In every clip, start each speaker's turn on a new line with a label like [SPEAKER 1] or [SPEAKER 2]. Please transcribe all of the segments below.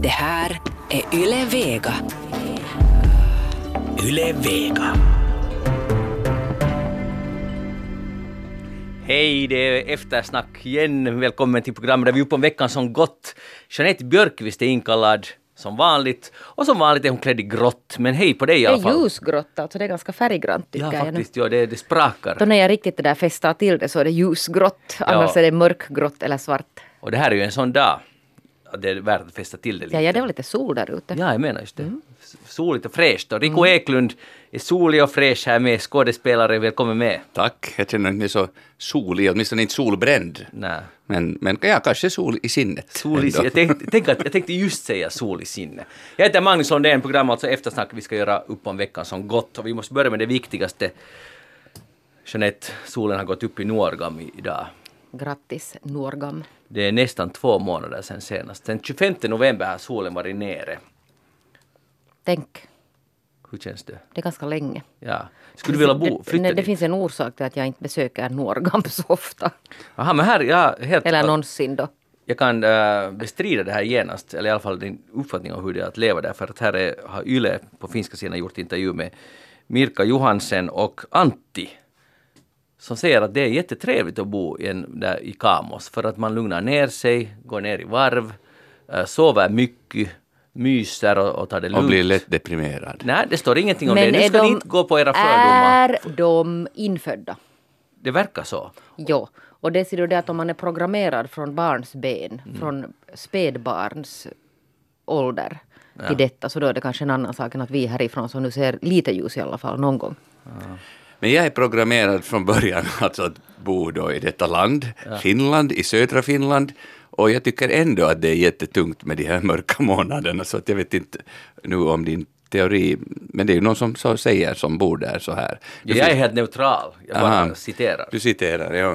[SPEAKER 1] Det här är Yle Vega.
[SPEAKER 2] Yle Vega. Hej, det är eftersnack igen. Välkommen till programmet där vi är uppe om veckan som gått. Jeanette Björkqvist är inkallad som vanligt. Och som vanligt är hon klädd i grått. Men hej på dig i alla fall.
[SPEAKER 3] Det är ljusgrått, alltså det är ganska färggrant tycker jag.
[SPEAKER 2] Ja, faktiskt. Ja, det sprakar.
[SPEAKER 3] Då när jag riktigt det där festar till det så är det ljusgrått. Annars är det mörkgrått eller svart.
[SPEAKER 2] Och det här är ju en sån dag. Det är värt att festa till det lite.
[SPEAKER 3] Ja, det var lite sol där ute.
[SPEAKER 2] Ja, jag menar just det. Soligt och fräscht. Och Rico Eklund är solig och fräsch här med, skådespelare. Välkommen med.
[SPEAKER 4] Tack, jag känner mig så solig, åtminstone inte solbränd.
[SPEAKER 2] Nej.
[SPEAKER 4] Men ja, kanske sol i sinnet.
[SPEAKER 2] Sol i sinne. Jag tänkte just säga sol i sinne. Jag heter Magnus Lundén, program alltså Eftersnack. Vi ska göra upp om veckan som gått. Och vi måste börja med det viktigaste. Jeanette, solen har gått upp i Norgam idag.
[SPEAKER 3] Grattis, Norgam.
[SPEAKER 2] Det är nästan 2 månader sedan senast. Den 25 november har solen varit nere.
[SPEAKER 3] Tänk,
[SPEAKER 2] Hur känns det?
[SPEAKER 3] det är ganska länge.
[SPEAKER 2] Ja. Skulle du vilja flytta
[SPEAKER 3] det
[SPEAKER 2] dit?
[SPEAKER 3] finns en orsak till att jag inte besöker Norgam så ofta.
[SPEAKER 2] Aha, men här, ja, helt...
[SPEAKER 3] Eller någonsin då.
[SPEAKER 2] Jag kan bestrida det här genast, eller i alla fall din uppfattning om hur det är att leva där. För att här har Yle på finska sidan gjort intervju med Mirka Johansen och Antti. Som säger att det är jättetrevligt att bo där i Kamos. För att man lugnar ner sig, går ner i varv, sover mycket, myser och tar det lugnt.
[SPEAKER 4] Och blir lätt deprimerad.
[SPEAKER 2] Nej, det står ingenting om
[SPEAKER 3] Men
[SPEAKER 2] det. Nu ska ni inte gå på era fördomar.
[SPEAKER 3] Är de infödda?
[SPEAKER 2] Det verkar så.
[SPEAKER 3] Ja, och det ser du det att om man är programmerad från barns ben, från spädbarns ålder till detta, så då är det kanske en annan sak än att vi härifrån som nu ser lite ljus i alla fall någon gång.
[SPEAKER 4] Men jag är programmerad från början alltså att bo då i detta land, Finland, i södra Finland. Och jag tycker ändå att det är jättetungt med de här mörka månaderna, så att jag vet inte nu om din teori, men det är ju någon som så säger som bor där så här.
[SPEAKER 2] Jag är helt neutral, jag bara citerar.
[SPEAKER 4] Du citerar, ja.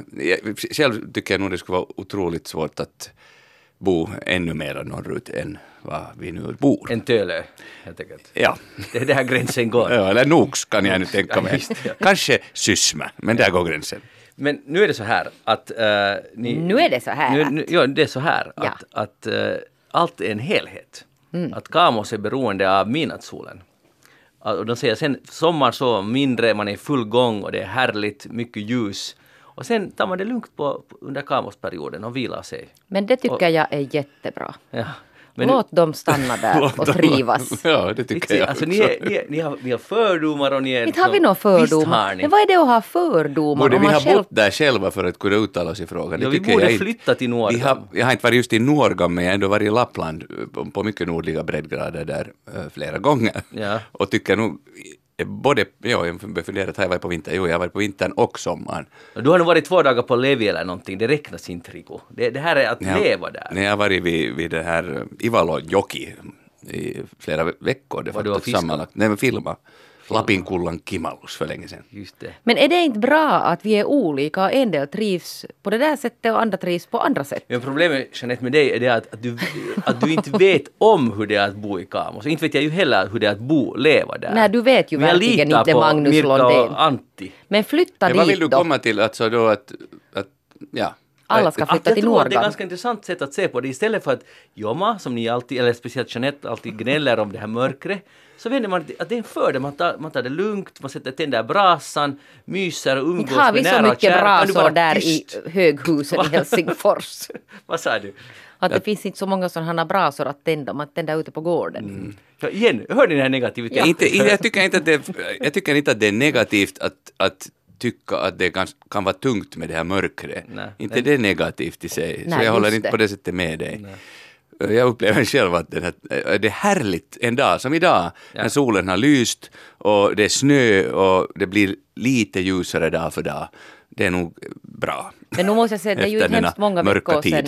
[SPEAKER 4] Själv tycker jag nog det skulle vara otroligt svårt att bo ännu mer norrut än vad vi nu bor.
[SPEAKER 2] En Tölö, helt enkelt.
[SPEAKER 4] Ja.
[SPEAKER 2] Det är där gränsen går.
[SPEAKER 4] Ja, eller Nox kan jag nu tänka mig.
[SPEAKER 2] Ja.
[SPEAKER 4] Kanske Sysmä, men där går gränsen.
[SPEAKER 2] Men nu är det så här att...
[SPEAKER 3] Nu är det så här
[SPEAKER 2] ja, det är så här
[SPEAKER 3] Ja.
[SPEAKER 2] att allt är en helhet. Att Kamos är beroende av midnattssolen. Och de säger sen sommar så mindre, man är i full gång och det är härligt, mycket ljus. Och sen tar man det lugnt under Kamos-perioden och vilar sig.
[SPEAKER 3] Men det tycker jag är jättebra.
[SPEAKER 2] Ja. Men
[SPEAKER 3] Låt dem stanna där och trivas.
[SPEAKER 4] Ja, det tycker jag
[SPEAKER 2] alltså,
[SPEAKER 4] också.
[SPEAKER 2] ni har fördomar och ni är...
[SPEAKER 3] Inte har vi några fördomar.
[SPEAKER 2] Visst har ni.
[SPEAKER 3] Men vad är det att ha fördomar?
[SPEAKER 4] Borde
[SPEAKER 3] om
[SPEAKER 4] vi
[SPEAKER 3] man
[SPEAKER 4] ha
[SPEAKER 3] själv...
[SPEAKER 4] bott där själva för att kunna uttala oss i frågan?
[SPEAKER 2] Ja, vi
[SPEAKER 4] tycker
[SPEAKER 2] borde
[SPEAKER 4] jag inte.
[SPEAKER 2] flytta till Norgam.
[SPEAKER 4] Jag har inte varit just i Norgam, men jag har ändå varit i Lappland på mycket nordliga breddgrader där flera gånger.
[SPEAKER 2] Ja.
[SPEAKER 4] Och tycker nog både, jag funderar att jag varit på vintern, jag har varit på vintern och sommaren.
[SPEAKER 2] Du har nog varit 2 dagar på Levi eller någonting, det räknas inte, Rico. Det här är att leva där.
[SPEAKER 4] När jag har varit vid det här Ivalojoki i flera veckor. Det
[SPEAKER 2] Var du har
[SPEAKER 4] faktiskt sammanlagt. Nej, men filma. Lapinkullan Kimallus för länge sedan.
[SPEAKER 2] Just det.
[SPEAKER 3] Men är det inte bra att vi är olika? En del trivs på det där sättet och andra trivs på andra sätt.
[SPEAKER 2] Men problemet, Jeanette, med dig är det att du inte vet om hur det är att bo i Kamos. Inte vet jag ju heller hur det är att leva där.
[SPEAKER 3] Nej, du vet ju
[SPEAKER 2] Men
[SPEAKER 3] verkligen inte Magnus
[SPEAKER 2] Mirka
[SPEAKER 3] Lundén.
[SPEAKER 2] och Antti.
[SPEAKER 3] Men flytta
[SPEAKER 4] Men vad vill
[SPEAKER 3] dit
[SPEAKER 4] du
[SPEAKER 3] då.
[SPEAKER 4] komma till? Alltså då att ja.
[SPEAKER 3] Alla ska flytta
[SPEAKER 2] Jag
[SPEAKER 3] till
[SPEAKER 2] tror att det är ett
[SPEAKER 3] Norgam.
[SPEAKER 2] ganska intressant sätt att se på det. Istället för att Joma, som ni alltid, eller speciellt Jeanette, alltid gnäller om det här mörkret, så vet man att det är en fördel. Man tar det lugnt, man sätter tänder brasan, myser och umgås
[SPEAKER 3] Inte har vi
[SPEAKER 2] med
[SPEAKER 3] så
[SPEAKER 2] nära och
[SPEAKER 3] mycket
[SPEAKER 2] kära. Kan du
[SPEAKER 3] brasor
[SPEAKER 2] vara
[SPEAKER 3] där
[SPEAKER 2] tyst?
[SPEAKER 3] i höghusen i Helsingfors.
[SPEAKER 2] Vad sa du?
[SPEAKER 3] Att det finns inte så många sådana brasor att tända. Man tänder ute på gården.
[SPEAKER 2] Ja, igen, hör ni den här negativiteten?
[SPEAKER 4] Jag tycker inte att det är negativt att tycka att det kan vara tungt med det här mörkret.
[SPEAKER 2] Nej.
[SPEAKER 4] Inte det är negativt i sig.
[SPEAKER 3] Nej,
[SPEAKER 4] så jag håller
[SPEAKER 3] just
[SPEAKER 4] inte
[SPEAKER 3] det.
[SPEAKER 4] på det sättet med dig. Nej. Jag upplever själv att det är härligt en dag som idag när solen har lyst och det är snö och det blir lite ljusare dag för dag. Det är nog bra.
[SPEAKER 3] Men nu måste jag säga, det är ju
[SPEAKER 4] Efter
[SPEAKER 3] hemskt många
[SPEAKER 4] denna
[SPEAKER 3] veckor
[SPEAKER 4] mörka tid.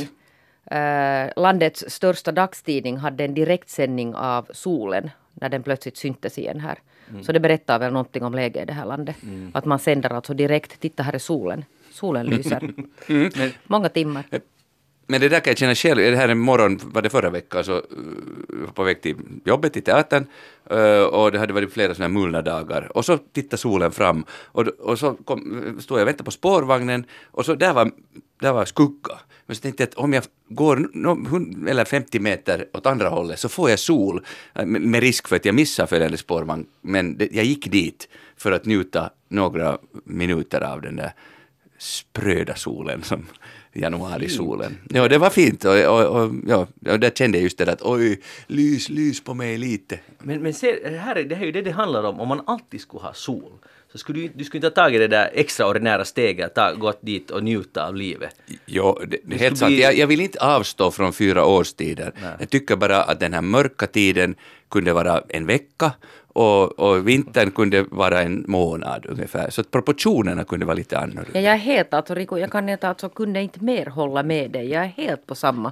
[SPEAKER 3] sedan landets största dagstidning hade en direktsändning av solen när den plötsligt syntes igen här. Så det berättar väl någonting om läget i det här landet. Att man sänder alltså direkt, titta här är solen. Solen lyser. Många timmar.
[SPEAKER 4] Men det där kan jag känna själv. Det här en morgon, var det förra veckan, så på väg till jobbet i teatern, och det hade varit flera sådana här mulna dagar. Och så tittade solen fram och så stod jag och väntade på spårvagnen och så där var skugga. Men så tänkte jag att om jag går 100 eller 50 meter åt andra hållet så får jag sol med risk för att jag missar följande spårvagn. Men jag gick dit för att njuta några minuter av den där spröda solen som januarisolen. Ja, det var fint och där kände jag just det att oj, lys på mig lite.
[SPEAKER 2] Men se, det här är ju det handlar om man alltid skulle ha sol. Så skulle du skulle inte ha tagit det där extraordinära steget att gått dit och njuta av livet.
[SPEAKER 4] Ja, det är helt sant. Jag vill inte avstå från 4 årstider. Nej. Jag tycker bara att den här mörka tiden kunde vara en vecka och vintern kunde vara en månad ungefär. Så att proportionerna kunde vara lite annorlunda.
[SPEAKER 3] Ja, jag är helt, alltså Rico, jag kan inte, alltså kunde inte mer hålla med dig. Jag är helt på samma.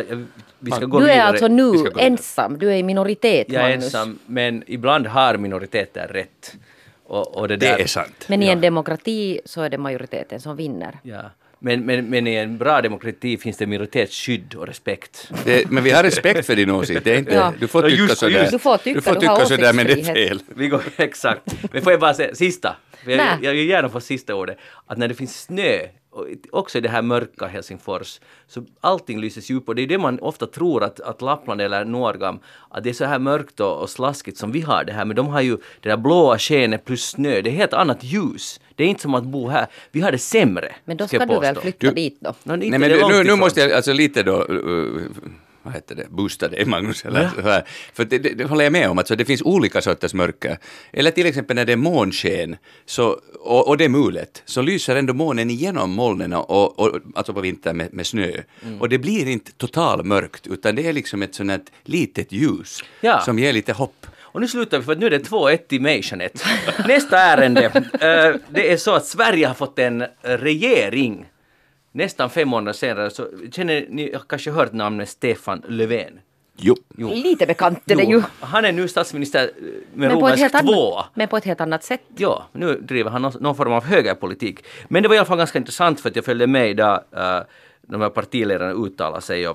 [SPEAKER 2] Vi ska gå
[SPEAKER 3] du är
[SPEAKER 2] vidare.
[SPEAKER 3] alltså nu ensam, du är i minoritet,
[SPEAKER 2] Jag är
[SPEAKER 3] Magnus.
[SPEAKER 2] ensam, men ibland har minoriteter rätt. Och det
[SPEAKER 4] är sant.
[SPEAKER 3] Men i en demokrati så är det majoriteten som vinner.
[SPEAKER 2] Ja. Men i en bra demokrati finns det minoritetsskydd och respekt.
[SPEAKER 4] Men vi har respekt för din åsikt. Det är inte,
[SPEAKER 3] Ja.
[SPEAKER 4] Du får tycka sådär.
[SPEAKER 3] Du får tycka
[SPEAKER 4] sådär, men det är fel.
[SPEAKER 2] Vi går, exakt. Men får jag bara säga sista? Jag vill gärna få sista ordet. Att när det finns snö, och också i det här mörka Helsingfors, så allting lyses upp. Och det är det man ofta tror att Lappland eller Norgam, att det är så här mörkt och slaskigt som vi har det här. Men de har ju det där blåa skenet plus snö. Det är helt annat ljus. Det är inte som att bo här. Vi har det sämre.
[SPEAKER 3] Men då ska du väl flytta dit då?
[SPEAKER 4] Nej, men nu måste jag alltså lite då... vad heter det, boostade Magnus eller så här. För det håller jag med om, alltså det finns olika sorters mörker. Eller till exempel när det är månsken så, och det är mulet, så lyser ändå månen igenom molnen och alltså på vintern med snö. Och det blir inte total mörkt, utan det är liksom ett sånt här litet ljus som ger lite hopp.
[SPEAKER 2] Och nu slutar vi, för att nu är det 2-1 i Mationet. Nästa ärende, det är så att Sverige har fått en regering. Nästan 5 månader senare så känner ni kanske hört namnet Stefan Löfven.
[SPEAKER 4] Jo.
[SPEAKER 3] Lite bekant är det ju.
[SPEAKER 2] Han är nu statsminister med romersk 2.
[SPEAKER 3] Men på ett helt annat sätt.
[SPEAKER 2] Ja, nu driver han någon form av högerpolitik. Men det var i alla fall ganska intressant för att jag följde med idag de här partiledarna uttalar sig.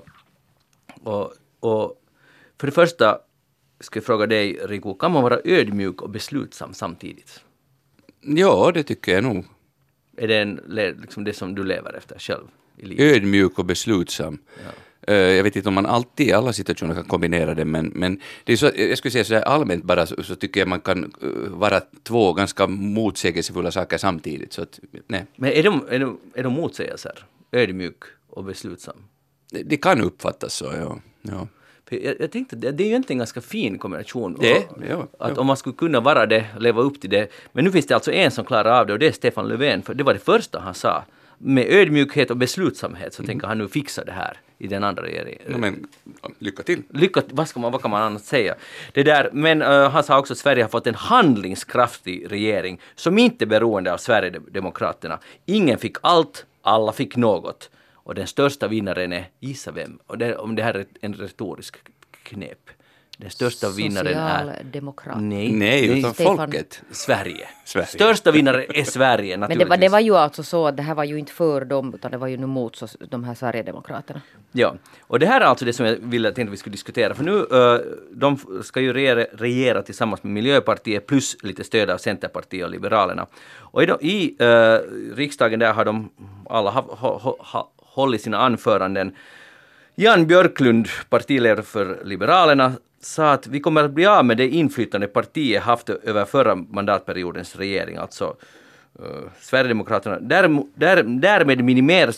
[SPEAKER 2] Och för det första ska jag fråga dig, Rico, kan man vara ödmjuk och beslutsam samtidigt?
[SPEAKER 4] Ja, det tycker jag nog.
[SPEAKER 2] Är det liksom det som du lever efter själv i livet?
[SPEAKER 4] Ödmjuk och beslutsam. Ja. Jag vet inte om man alltid i alla situationer kan kombinera det, men det är så, jag skulle säga så här allmänt bara så tycker jag man kan vara 2 ganska motsägelsefulla saker samtidigt. Så att, nej.
[SPEAKER 2] Men är de motsägelser? Ödmjuk och beslutsam?
[SPEAKER 4] Det kan uppfattas så, ja.
[SPEAKER 2] Jag tänkte, det är ju egentligen en ganska fin kombination.
[SPEAKER 4] Att
[SPEAKER 2] om man skulle kunna vara det, leva upp till det. Men nu finns det alltså en som klarar av det och det är Stefan Löfven. För det var det första han sa. Med ödmjukhet och beslutsamhet så tänker han nu fixa det här i den andra regeringen.
[SPEAKER 4] Ja, men lycka till.
[SPEAKER 2] Vad kan man annars säga? Det där, men han sa också att Sverige har fått en handlingskraftig regering som inte är beroende av Sverigedemokraterna. Ingen fick allt, alla fick något. Och den största vinnaren är, gissa vem? Och om det här är en retorisk knep. Den största vinnaren är...
[SPEAKER 3] Socialdemokrat.
[SPEAKER 4] Nej, utan
[SPEAKER 3] Stefan.
[SPEAKER 4] folket.
[SPEAKER 2] Sverige. Största vinnaren är Sverige, naturligtvis.
[SPEAKER 3] Men det var ju alltså så att det här var ju inte för dem, utan det var ju nu mot de här Sverigedemokraterna.
[SPEAKER 2] Ja, och det här är alltså det som jag tänkte vi skulle diskutera. För nu, de ska ju regera tillsammans med Miljöpartiet plus lite stöd av Centerpartiet och Liberalerna. Och i riksdagen där har de alla hållit sina anföranden. Jan Björklund, partiledare för Liberalerna, sa att vi kommer att bli av med det inflytande partiet haft över förra mandatperiodens regering, alltså Sverigedemokraterna. Därmed minimeras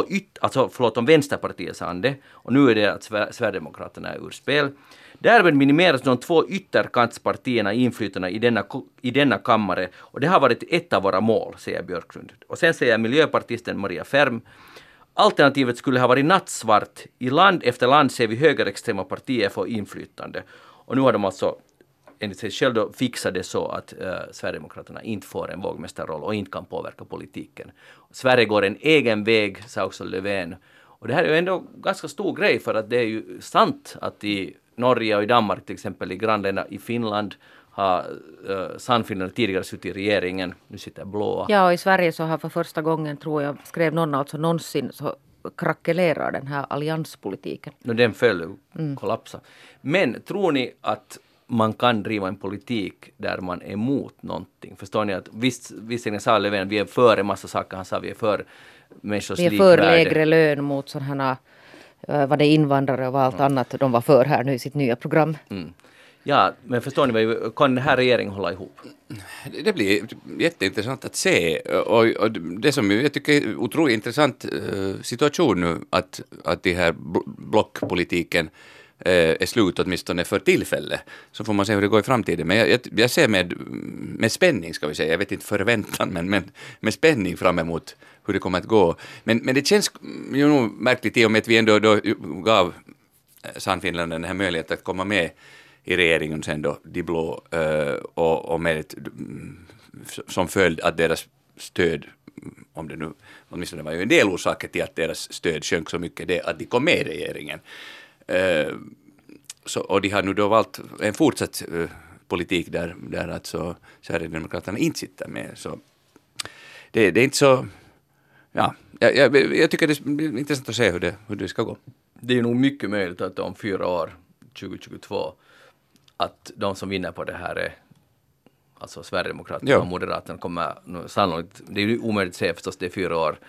[SPEAKER 2] de Vänsterpartiet sa han det, och nu är det att Sverigedemokraterna är ur spel. Därmed minimeras de 2 ytterkantspartierna inflytande i denna kammare, och det har varit ett av våra mål, säger Björklund. Och sen säger miljöpartisten Maria Färm: alternativet skulle ha varit nattsvart. I land efter land ser vi högerextrema partier få inflytande. Och nu har de alltså enligt sig själv då fixat det så att Sverigedemokraterna inte får en vågmästarroll och inte kan påverka politiken. Sverige går en egen väg, sa också Löfven. Och det här är ju ändå ganska stor grej, för att det är ju sant att i Norge och i Danmark till exempel, i grannländerna, i Finland har Sannfinland tidigare suttit i regeringen, nu sitter blåa.
[SPEAKER 3] Ja, och i Sverige så har för första gången, tror jag, skrev någon alltså någonsin, så krackelerar den här allianspolitiken.
[SPEAKER 2] Den föll kollapsa. Men tror ni att man kan driva en politik där man är emot någonting? Förstår ni att visserligen sa Löfven, vi är för en massa saker, han sa vi är för människors likvärde.
[SPEAKER 3] Vi är för lägre lön mot sådana var det invandrare och allt annat de var för här nu i sitt nya program.
[SPEAKER 2] Ja, men förstår ni, kan den här regeringen hålla ihop?
[SPEAKER 4] Det blir jätteintressant att se, och det som jag tycker är otroligt intressant situation nu att det här blockpolitiken är slut åtminstone för tillfället, så får man se hur det går i framtiden. Men jag ser med spänning, ska vi säga, jag vet inte förväntan, men med spänning fram emot hur det kommer att gå. Men det känns ju nog märkligt i och med att vi ändå då gav Sannfinland den här möjligheten att komma med i regeringen sen då, de blå, och med som följd att deras stöd, om det nu, åtminstone var ju en del orsaker till att deras stöd sjönk så mycket, det att de kom med i regeringen. Och de har nu då valt en fortsatt politik där alltså Sverigedemokraterna inte sitter med. Så det är inte så, ja, jag tycker det är intressant att se hur det ska gå.
[SPEAKER 2] Det är nog mycket möjligt att om 4 år, 2022, att de som vinner på det här är alltså Sverigedemokraterna och Moderaterna kommer sannolikt, det är ju omöjligt att säga förstås, det är 4 år,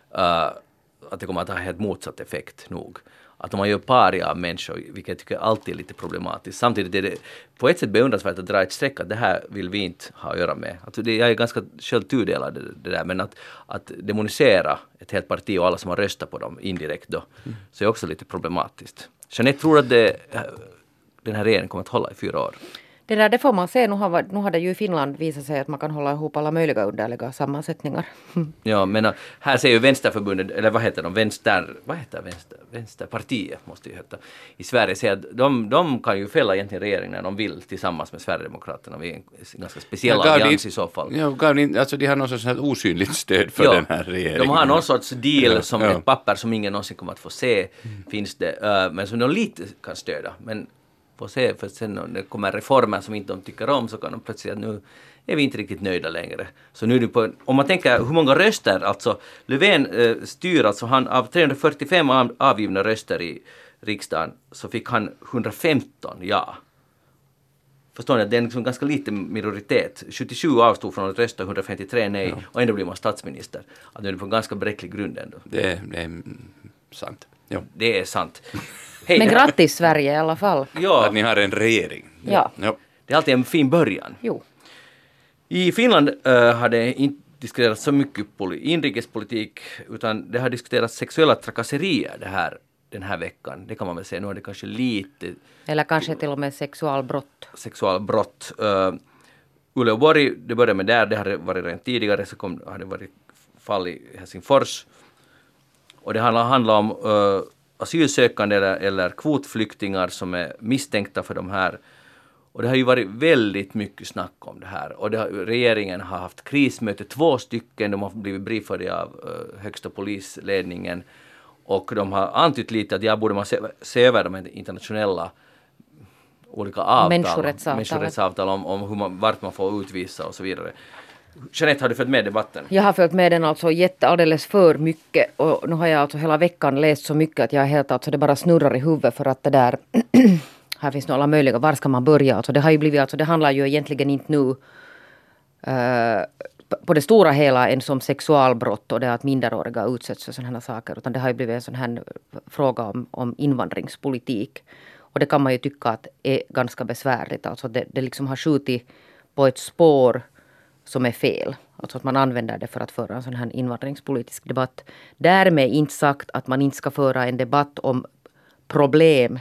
[SPEAKER 2] att det kommer att ha helt motsatt effekt nog. Att om man gör paria av människor, vilket jag tycker alltid är lite problematiskt. Samtidigt är det på ett sätt beundransvärt att dra ett streck att det här vill vi inte ha att göra med. Alltså jag är ganska själv tudelad det där, men att demonisera ett helt parti och alla som har röstat på dem indirekt då, så är också lite problematiskt. Jeanette, tror att den här regeringen kommer att hålla i 4 år?
[SPEAKER 3] Det får man se. Nu har det ju i Finland visat sig att man kan hålla ihop alla möjliga underliga sammansättningar.
[SPEAKER 2] Ja, men här ser ju Vänsterförbundet, eller vad heter de? Vänsterpartiet måste ju heta. I Sverige säger att de kan ju fälla egentligen regeringen när de vill tillsammans med Sverigedemokraterna. Vi är en ganska speciell allians i så fall.
[SPEAKER 4] Ja, alltså de har någon sorts osynligt stöd för den här regeringen.
[SPEAKER 2] De har någon sorts deal som ett papper som ingen någonsin kommer att få se, finns det. Men som de lite kan stödja. Men får se, för sen när det kommer reformer som inte de tycker om, så kan de plötsligt att nu är vi inte riktigt nöjda längre. Så nu är det på, om man tänker hur många röster, alltså Löfven styr, alltså han av 345 avgivna röster i riksdagen så fick han 115 ja. Förstår ni att det är en ganska liten minoritet. 77 avstod från att rösta, 153 nej, och ändå blir man statsminister. Att nu är det på en ganska bräcklig grund ändå.
[SPEAKER 4] Det är sant. Ja.
[SPEAKER 2] Det är sant.
[SPEAKER 3] Hej, men grattis Sverige i alla fall.
[SPEAKER 2] Ja.
[SPEAKER 4] Att ni har en regering.
[SPEAKER 3] Ja.
[SPEAKER 2] Det är alltid en fin början.
[SPEAKER 3] Jo.
[SPEAKER 2] I Finland har det inte diskuterats så mycket inrikespolitik, utan det har diskuterats sexuella trakasserier den här veckan. Det kan man väl säga. Nu har det kanske lite...
[SPEAKER 3] Eller kanske till och med sexualbrott.
[SPEAKER 2] Sexualbrott. Uleåborg, det började med där. Det hade varit redan tidigare. Så har det varit fall i Helsingfors. Och det handlar om asylsökande eller kvotflyktingar som är misstänkta för de här. Och det har ju varit väldigt mycket snack om det här. Och regeringen har haft krismöte, 2 stycken. De har blivit briefade av högsta polisledningen. Och de har antytt lite att borde man se över de internationella olika avtal. Människorättsavtal om vart man får utvisa och så vidare. Jeanette, har du följt med debatten?
[SPEAKER 3] Jag har följt med den alltså alldeles för mycket. Och nu har jag alltså hela veckan läst så mycket att jag helt alltså det bara snurrar i huvudet för att det där... Här finns nog alla möjliga. Var ska man börja? Alltså det har ju blivit, alltså det handlar ju egentligen inte nu på det stora hela än som sexualbrott och det att minderåriga utsätts för sådana här saker. Utan det har ju blivit en sån här fråga om invandringspolitik. Och det kan man ju tycka att är ganska besvärligt. Alltså det liksom har skjutit på ett spår som är fel. Alltså att man använder det för att föra en sån här invandringspolitisk debatt. Därmed inte sagt att man inte ska föra en debatt om problem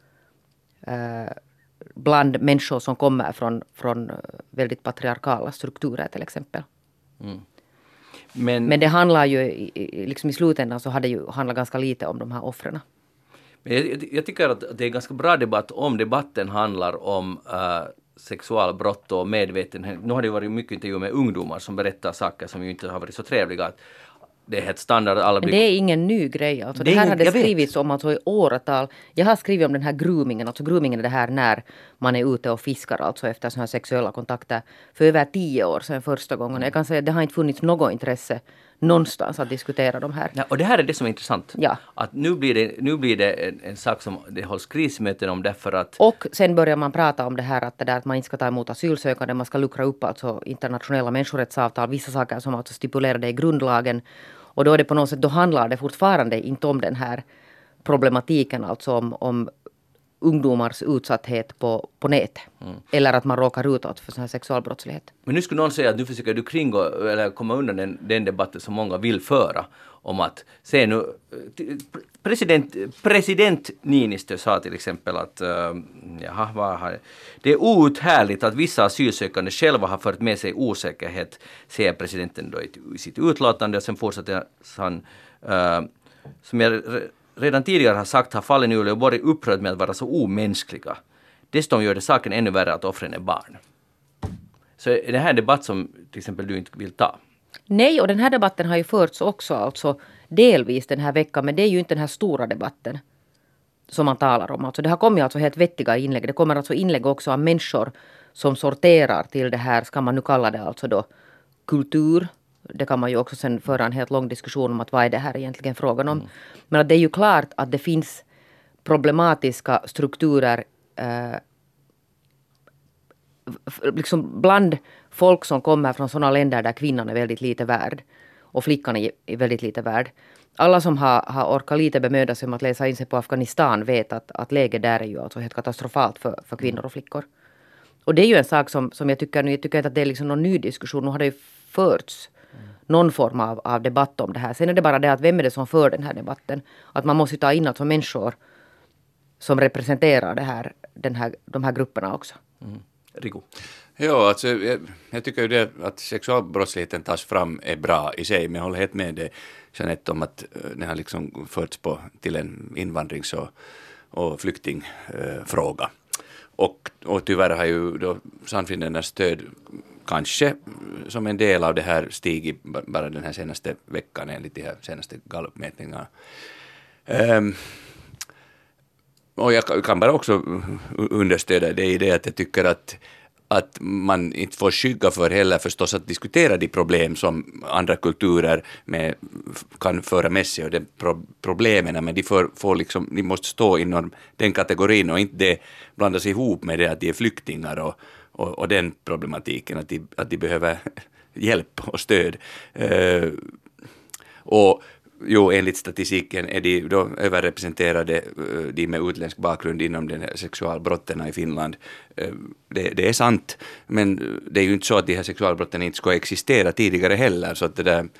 [SPEAKER 3] bland människor som kommer från väldigt patriarkala strukturer till exempel.
[SPEAKER 2] Mm.
[SPEAKER 3] Men det handlar ju liksom i slutändan så har det ju handlat ganska lite om de här offren.
[SPEAKER 2] Men jag tycker att det är ganska bra debatt om debatten handlar om sexualbrott och medvetenhet. Nu har det varit mycket intervjuer med ungdomar som berättar saker som ju inte har varit så trevliga. Att det är helt standard. Alla blir...
[SPEAKER 3] Men det är ingen ny grej. Alltså det här har det skrivits om alltså i åratal. Jag har skrivit om den här groomingen. Alltså groomingen är det här när man är ute och fiskar alltså efter sådana här sexuella kontakter för över 10 år sedan första gången. Jag kan säga att det har inte funnits något intresse någonstans att diskutera de här.
[SPEAKER 2] Ja, och det här är det som är intressant.
[SPEAKER 3] Ja.
[SPEAKER 2] Att nu blir det en sak som det hålls krismöten om därför att...
[SPEAKER 3] Och sen börjar man prata om det här att man inte ska ta emot asylsökande, man ska luckra upp alltså internationella människorättsavtal, vissa saker som alltså stipulerade i grundlagen. Och då är det på något sätt, då handlar det fortfarande inte om den här problematiken, alltså om ungdomars utsatthet på nätet. Eller att man råkar utåt för sån här sexualbrottslighet.
[SPEAKER 2] Men nu skulle någon säga att nu försöker du kringgå eller komma undan den debatten som många vill föra om att se nu president Niinistö sa till exempel att det är outhärdligt att vissa asylsökande själva har fört med sig osäkerhet, säger presidenten då i sitt utlåtande, och sen fortsätter han som jag redan tidigare har sagt har fallen i Uleåborg upprörd med att vara så omänskliga. Dessutom gör det saken ännu värre att offren är barn. Så är det här en debatt som till exempel du inte vill ta?
[SPEAKER 3] Nej, och den här debatten har ju förts också alltså delvis den här veckan, men det är ju inte den här stora debatten som man talar om. Alltså det har kommit alltså helt vettiga inlägg. Det kommer alltså inlägg också av människor som sorterar till det här, ska man nu kalla det alltså då kultur. Det kan man ju också sen föra en helt lång diskussion om att vad är det här egentligen frågan om. Men att det är ju klart att det finns problematiska strukturer liksom bland folk som kommer från sådana länder där kvinnan är väldigt lite värd och flickan är väldigt lite värd. Alla som har orkat lite bemöda sig om att läsa in sig på Afghanistan vet att läget där är ju alltså helt katastrofalt för kvinnor och flickor. Och det är ju en sak som jag tycker inte att det är liksom någon ny diskussion. Nu har det ju förts någon form av debatt om det här. Sen är det bara det att vem är det som för den här debatten? Att man måste ta in alltså människor som representerar de här grupperna också.
[SPEAKER 2] Rico?
[SPEAKER 4] Ja, alltså, jag tycker ju det att sexualbrottsligheten tas fram är bra i sig, men jag håller helt med dig, Jeanette, om att den har liksom förts till en invandrings- och flyktingfråga. Och tyvärr har ju då Sannfinländarnas stöd kanske som en del av det här stigit bara den här senaste veckan enligt de här senaste gallupmätningarna. Och jag kan bara också understödja det i det att jag tycker att man inte får skygga för heller förstås att diskutera de problem som andra kulturer kan föra med sig och de problemen, men de måste stå inom den kategorin och inte blandas ihop med det att de är flyktingar och den problematiken, att de behöver hjälp och stöd. Och jo, enligt statistiken är de då överrepresenterade, de med utländsk bakgrund inom den här sexualbrotten i Finland. Det är sant, men det är ju inte så att de här sexualbrotten inte ska existera tidigare heller, så att det där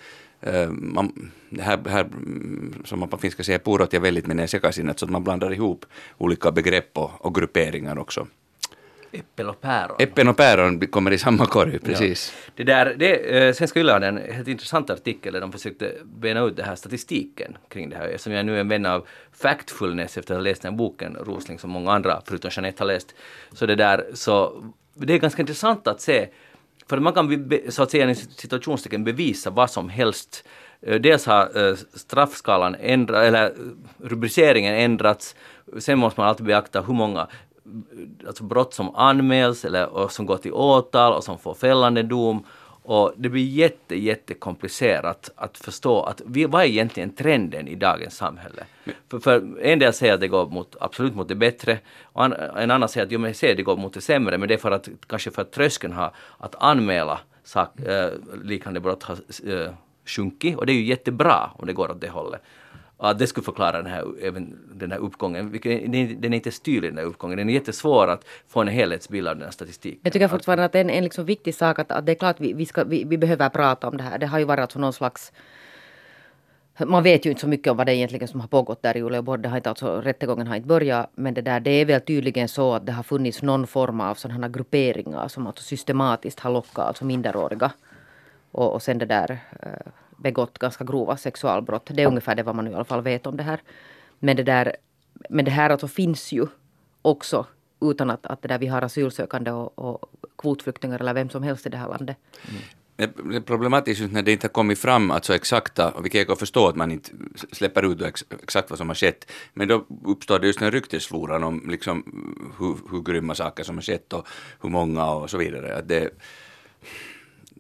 [SPEAKER 4] här som man på finska säger puurot ja vellit menee sekaisin, så att man blandar ihop olika begrepp och grupperingar också.
[SPEAKER 2] Äppel och päron.
[SPEAKER 4] Äppel och päron kommer i samma korg, precis.
[SPEAKER 2] Ja. Svenska Yle hade en helt intressant artikel där de försökte bena ut det här statistiken kring det här. Som jag nu är en vän av Factfulness efter att ha läst den boken, Rosling, som många andra, förutom Jeanette, har läst. Så det är ganska intressant att se, för man kan så att säga i situationstecken bevisa vad som helst. Dels har straffskalan ändrats, eller rubriceringen ändrats. Sen måste man alltid beakta hur många alltså brott som anmäls och som går till åtal och som får fällande dom. Och det blir jättekomplicerat att förstå att vad är egentligen trenden i dagens samhälle. För en del säger att det går absolut mot det bättre, och en annan säger att det går mot det sämre, men det är kanske för att tröskeln har att anmäla liknande brott har sjunkit, och det är ju jättebra om det går åt det hållet. Det skulle förklara den här uppgången. Den är inte styrlig, den här uppgången. Den är jättesvår att få en helhetsbild av den här statistiken.
[SPEAKER 3] Jag tycker fortfarande att det är en liksom viktig sak att det är klart vi behöver prata om det här. Det har ju varit alltså någon slags... Man vet ju inte så mycket om vad det egentligen som har pågått där i Uleåborg. Rättegången har inte börjat. Men det är väl tydligen så att det har funnits någon form av sådana här grupperingar som alltså systematiskt har lockat alltså minderåriga. Och sen det där... begått ganska grova sexualbrott. Det är ungefär det vad man i alla fall vet om det här. Men det här alltså finns ju också utan att det där vi har asylsökande och kvotflyktingar eller vem som helst i det här landet.
[SPEAKER 4] Det är problematiskt när det inte har kommit fram alltså exakta, och vilket jag kan förstå att man inte släpper ut exakt vad som har skett. Men då uppstår det just den ryktesfloran om liksom hur grymma saker som har skett och hur många och så vidare. Att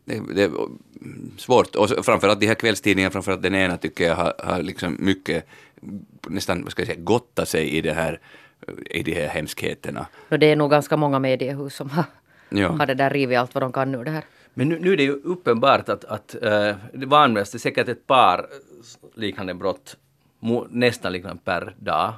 [SPEAKER 4] det är svårt. Och framförallt de här kvällstidningarna, framförallt den ena tycker jag har liksom mycket, nästan, vad ska jag säga, gottat sig i de här hemskheterna.
[SPEAKER 3] Och det är nog ganska många mediehus som har det där rivit allt vad de kan ur det här.
[SPEAKER 2] Men nu är det ju uppenbart att det vanligaste är säkert ett par liknande brott, nästan liknande per dag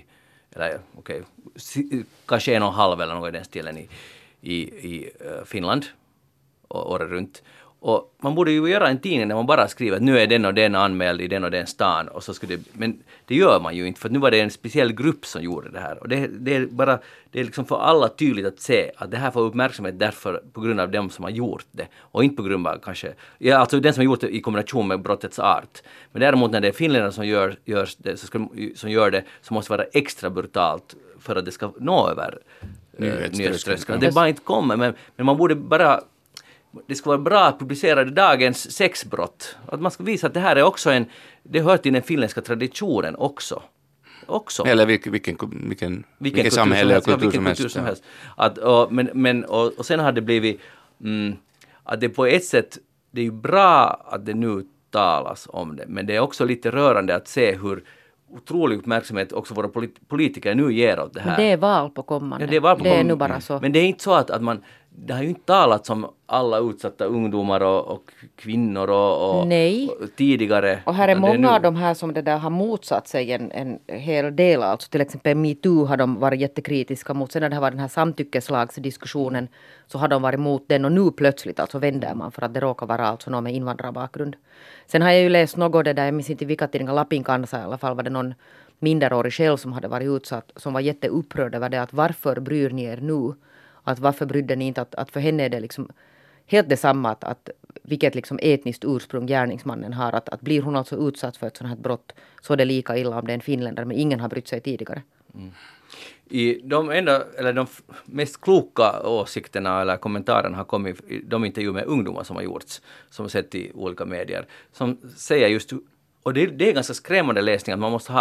[SPEAKER 2] kanske 1,5 eller något i den stilen i Finland och året runt. Och man borde ju göra en tidning när man bara skriver att nu är den och den anmäld i den och den stan. Och så skulle men det gör man ju inte, för nu var det en speciell grupp som gjorde det här. Och det är liksom för alla tydligt att se att det här får uppmärksamhet därför på grund av dem som har gjort det. Och inte på grund av kanske, alltså den som har gjort det i kombination med brottets art. Men däremot när det är finländare som gör det så måste det vara extra brutalt för att det ska nå över nyhetströskeln. Det bara inte kommer, men man borde bara... Det ska vara bra att publicera dagens sexbrott. Att man ska visa att det här är också det hör till den finländska traditionen också.
[SPEAKER 4] Eller vilken samhälle och kultur som helst.
[SPEAKER 2] Och sen har det blivit att det på ett sätt, det är ju bra att det nu talas om det, men det är också lite rörande att se hur otrolig uppmärksamhet också våra politiker nu ger åt det här.
[SPEAKER 3] Men det är val på kommande.
[SPEAKER 2] Ja,
[SPEAKER 3] det är nu bara så.
[SPEAKER 2] Men det är inte så att man... Det har ju inte talats om alla utsatta ungdomar och kvinnor och tidigare.
[SPEAKER 3] Och här är många av de här som det där har motsatt sig en hel del. Alltså till exempel MeToo har de varit jättekritiska mot. Sen när det har varit den här samtyckeslagsdiskussionen så har de varit mot den. Och nu plötsligt alltså vänder man för att det råkar vara alltså någon med invandrarbakgrund. Sen har jag ju läst något det där, jag minns inte vilka tidningar, Lapin Kansa i alla fall, var det någon minderårig själv som hade varit utsatt, som var jätteupprörd över det, att varför bryr ni er nu? Att varför brydde ni inte att för henne är det liksom helt detsamma att vilket liksom etniskt ursprung gärningsmannen har. Att blir hon alltså utsatt för ett sådant här brott så är det lika illa om det är en finländare, men ingen har brytt sig tidigare.
[SPEAKER 2] Mm. I de mest kloka åsikterna eller kommentarerna har kommit i de intervjuer med ungdomar som har gjorts, som har sett i olika medier, som säger just, och det är ganska skrämmande läsning, att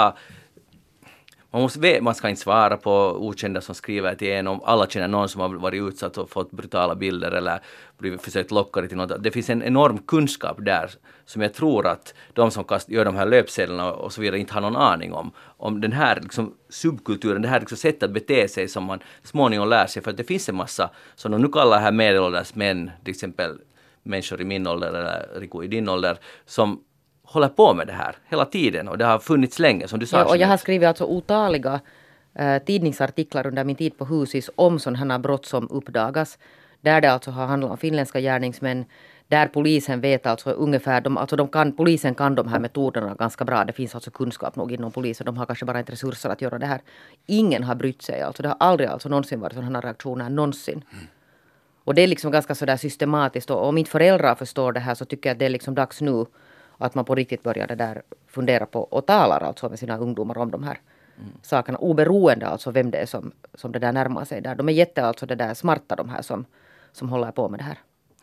[SPEAKER 2] man ska inte svara på okända som skriver till en, om alla känner någon som har varit utsatt och fått brutala bilder eller blivit försökt locka till något. Det finns en enorm kunskap där som jag tror att de som gör de här löpsedlarna och så vidare inte har någon aning om den här liksom subkulturen, det här liksom sättet att bete sig som man småningom lär sig. För att det finns en massa, som de nu kallar här medelålders män, till exempel människor i min ålder eller Riku i din ålder, som håller på med det här hela tiden, och det har funnits länge, som du sa.
[SPEAKER 3] Ja, och jag har skrivit alltså otaliga tidningsartiklar under min tid på Husis om sådana här brott som uppdagas, där det alltså har handlat om finländska gärningsmän, där polisen vet alltså ungefär, polisen kan de här metoderna ganska bra, det finns alltså kunskap nog inom polisen, de har kanske bara inte resurser att göra det här. Ingen har brytt sig, alltså det har aldrig alltså någonsin varit sådana här reaktioner, någonsin. Och det är liksom ganska sådär systematiskt, och om inte föräldrar förstår det här så tycker jag att det är liksom dags nu att man på riktigt börjar det där fundera på och talar alltså med sina ungdomar om de här sakerna. Oberoende alltså vem det är som det där närmar sig där. De är alltså det där smarta, de här som håller på med det här.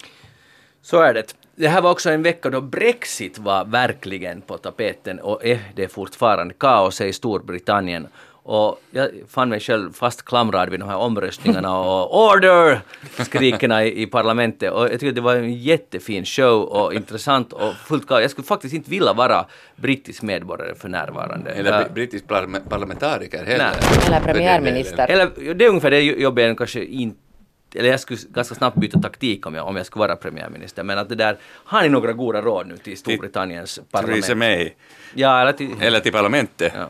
[SPEAKER 2] Så är det. Det här var också en vecka då Brexit var verkligen på tapeten, och det är fortfarande kaos i Storbritannien. Och jag fann mig själv fastklamrad vid de här omröstningarna och order skrikerna i parlamentet. Och jag tycker att det var en jättefin show och intressant och fullt kaos. Jag skulle faktiskt inte vilja vara brittisk medborgare för närvarande.
[SPEAKER 4] Eller brittisk parlamentariker heller.
[SPEAKER 3] Eller premiärminister.
[SPEAKER 2] Eller det är ungefär det jobbet kanske inte. Eller jag skulle ganska snabbt byta taktik om jag skulle vara premiärminister. Men att det där, har ni några goda råd nu till Storbritanniens parlament?
[SPEAKER 4] Theresa May.
[SPEAKER 2] Ja,
[SPEAKER 4] eller till parlamentet.
[SPEAKER 2] Ja.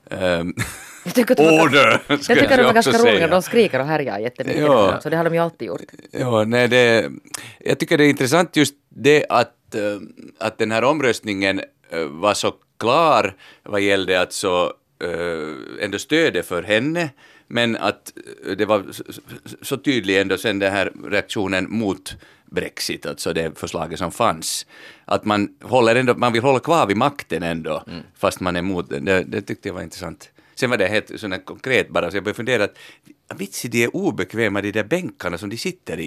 [SPEAKER 3] Jag tycker att de var ganska roliga, de skriker och härjar jättemycket. Ja. Så det har de ju alltid gjort.
[SPEAKER 4] Ja, jag tycker det är intressant just det att den här omröstningen var så klar vad gällde alltså ändå stödet för henne, men att det var så tydligt ändå sen den här reaktionen mot Brexit, alltså det förslaget som fanns, att man vill hålla kvar vid makten ändå, fast man är emot den. Det tyckte jag var intressant. Sen var det helt sådär konkret bara, så jag började fundera att de är obekväma, de där bänkarna som de sitter i.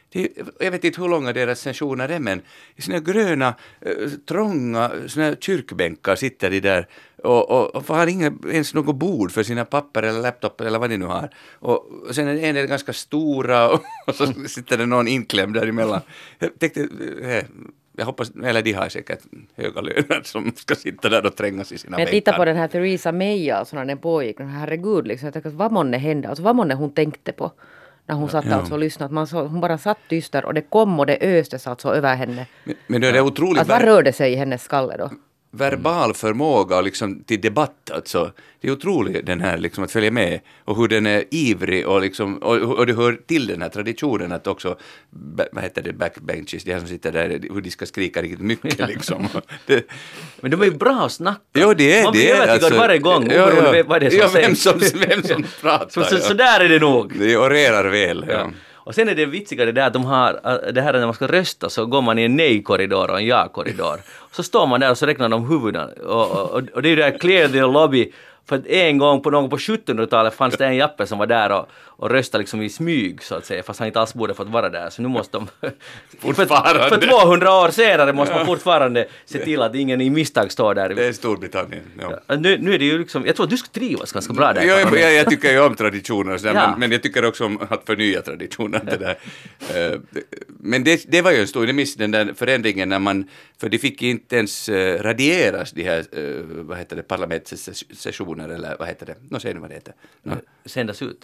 [SPEAKER 4] Jag vet inte hur långa deras sessioner är, men i såna gröna, trånga såna kyrkbänkar sitter de där och har ens något bord för sina papper eller laptop eller vad de nu har. Och sen är en del ganska stora och så sitter det någon inklämd däremellan. Jag tänkte, jag hoppas, eller de har säkert höga löner som ska sitta där och trängas i sina
[SPEAKER 3] Men
[SPEAKER 4] bänkar.
[SPEAKER 3] jag tittar på den här Theresa May, alltså när den pågick, herregud, liksom, jag tänkte, vad månne hände, alltså vad månne hon tänkte på när hon satt alltså och lyssnade. Hon bara satt tyst där och det kom och det östes alltså över henne.
[SPEAKER 4] Men då är det otroligt...
[SPEAKER 3] Att vad rörde sig i hennes skalle då?
[SPEAKER 4] Verbal förmåga och liksom till debatt, alltså. Det är otroligt den här liksom att följa med och hur den är ivrig och liksom och det hör till den här traditionen att också vad heter det, backbenches, de här som sitter där, hur de ska skrika riktigt mycket liksom.
[SPEAKER 2] Men de är ju bra att snacka.
[SPEAKER 4] Jo, det är
[SPEAKER 2] man blir
[SPEAKER 4] det.
[SPEAKER 2] övertygad varje gång. Vad är det som sägs.
[SPEAKER 4] Vem som pratar.
[SPEAKER 2] Så där är det nog.
[SPEAKER 4] Det orerar väl. Ja.
[SPEAKER 2] Och sen är det vitsigare det att de har, det här när man ska rösta så går man i en nej-korridor och en ja-korridor. Så står man där och så räknar de huvuden. Och det är ju det här clear the lobby. För att en gång på 1700-talet fanns det en jappe som var där och röstade liksom i smyg så att säga, fast han inte alls borde fått vara där. Så nu måste de... för 200 år senare måste man fortfarande se till att ingen i misstag står där.
[SPEAKER 4] Det är Storbritannien. Ja.
[SPEAKER 2] Nu är det ju liksom... Jag tror att du skulle trivas ganska bra där.
[SPEAKER 4] Jag tycker ju om traditioner och sådär, men jag tycker också om att förnya traditioner. Det där. Men det var ju en stor, det miss den där förändringen när man... För det fick inte ens radieras de här, vad heter det, parlamentssessioner eller vad heter det? Säg nu vad det heter.
[SPEAKER 2] Sändas ut?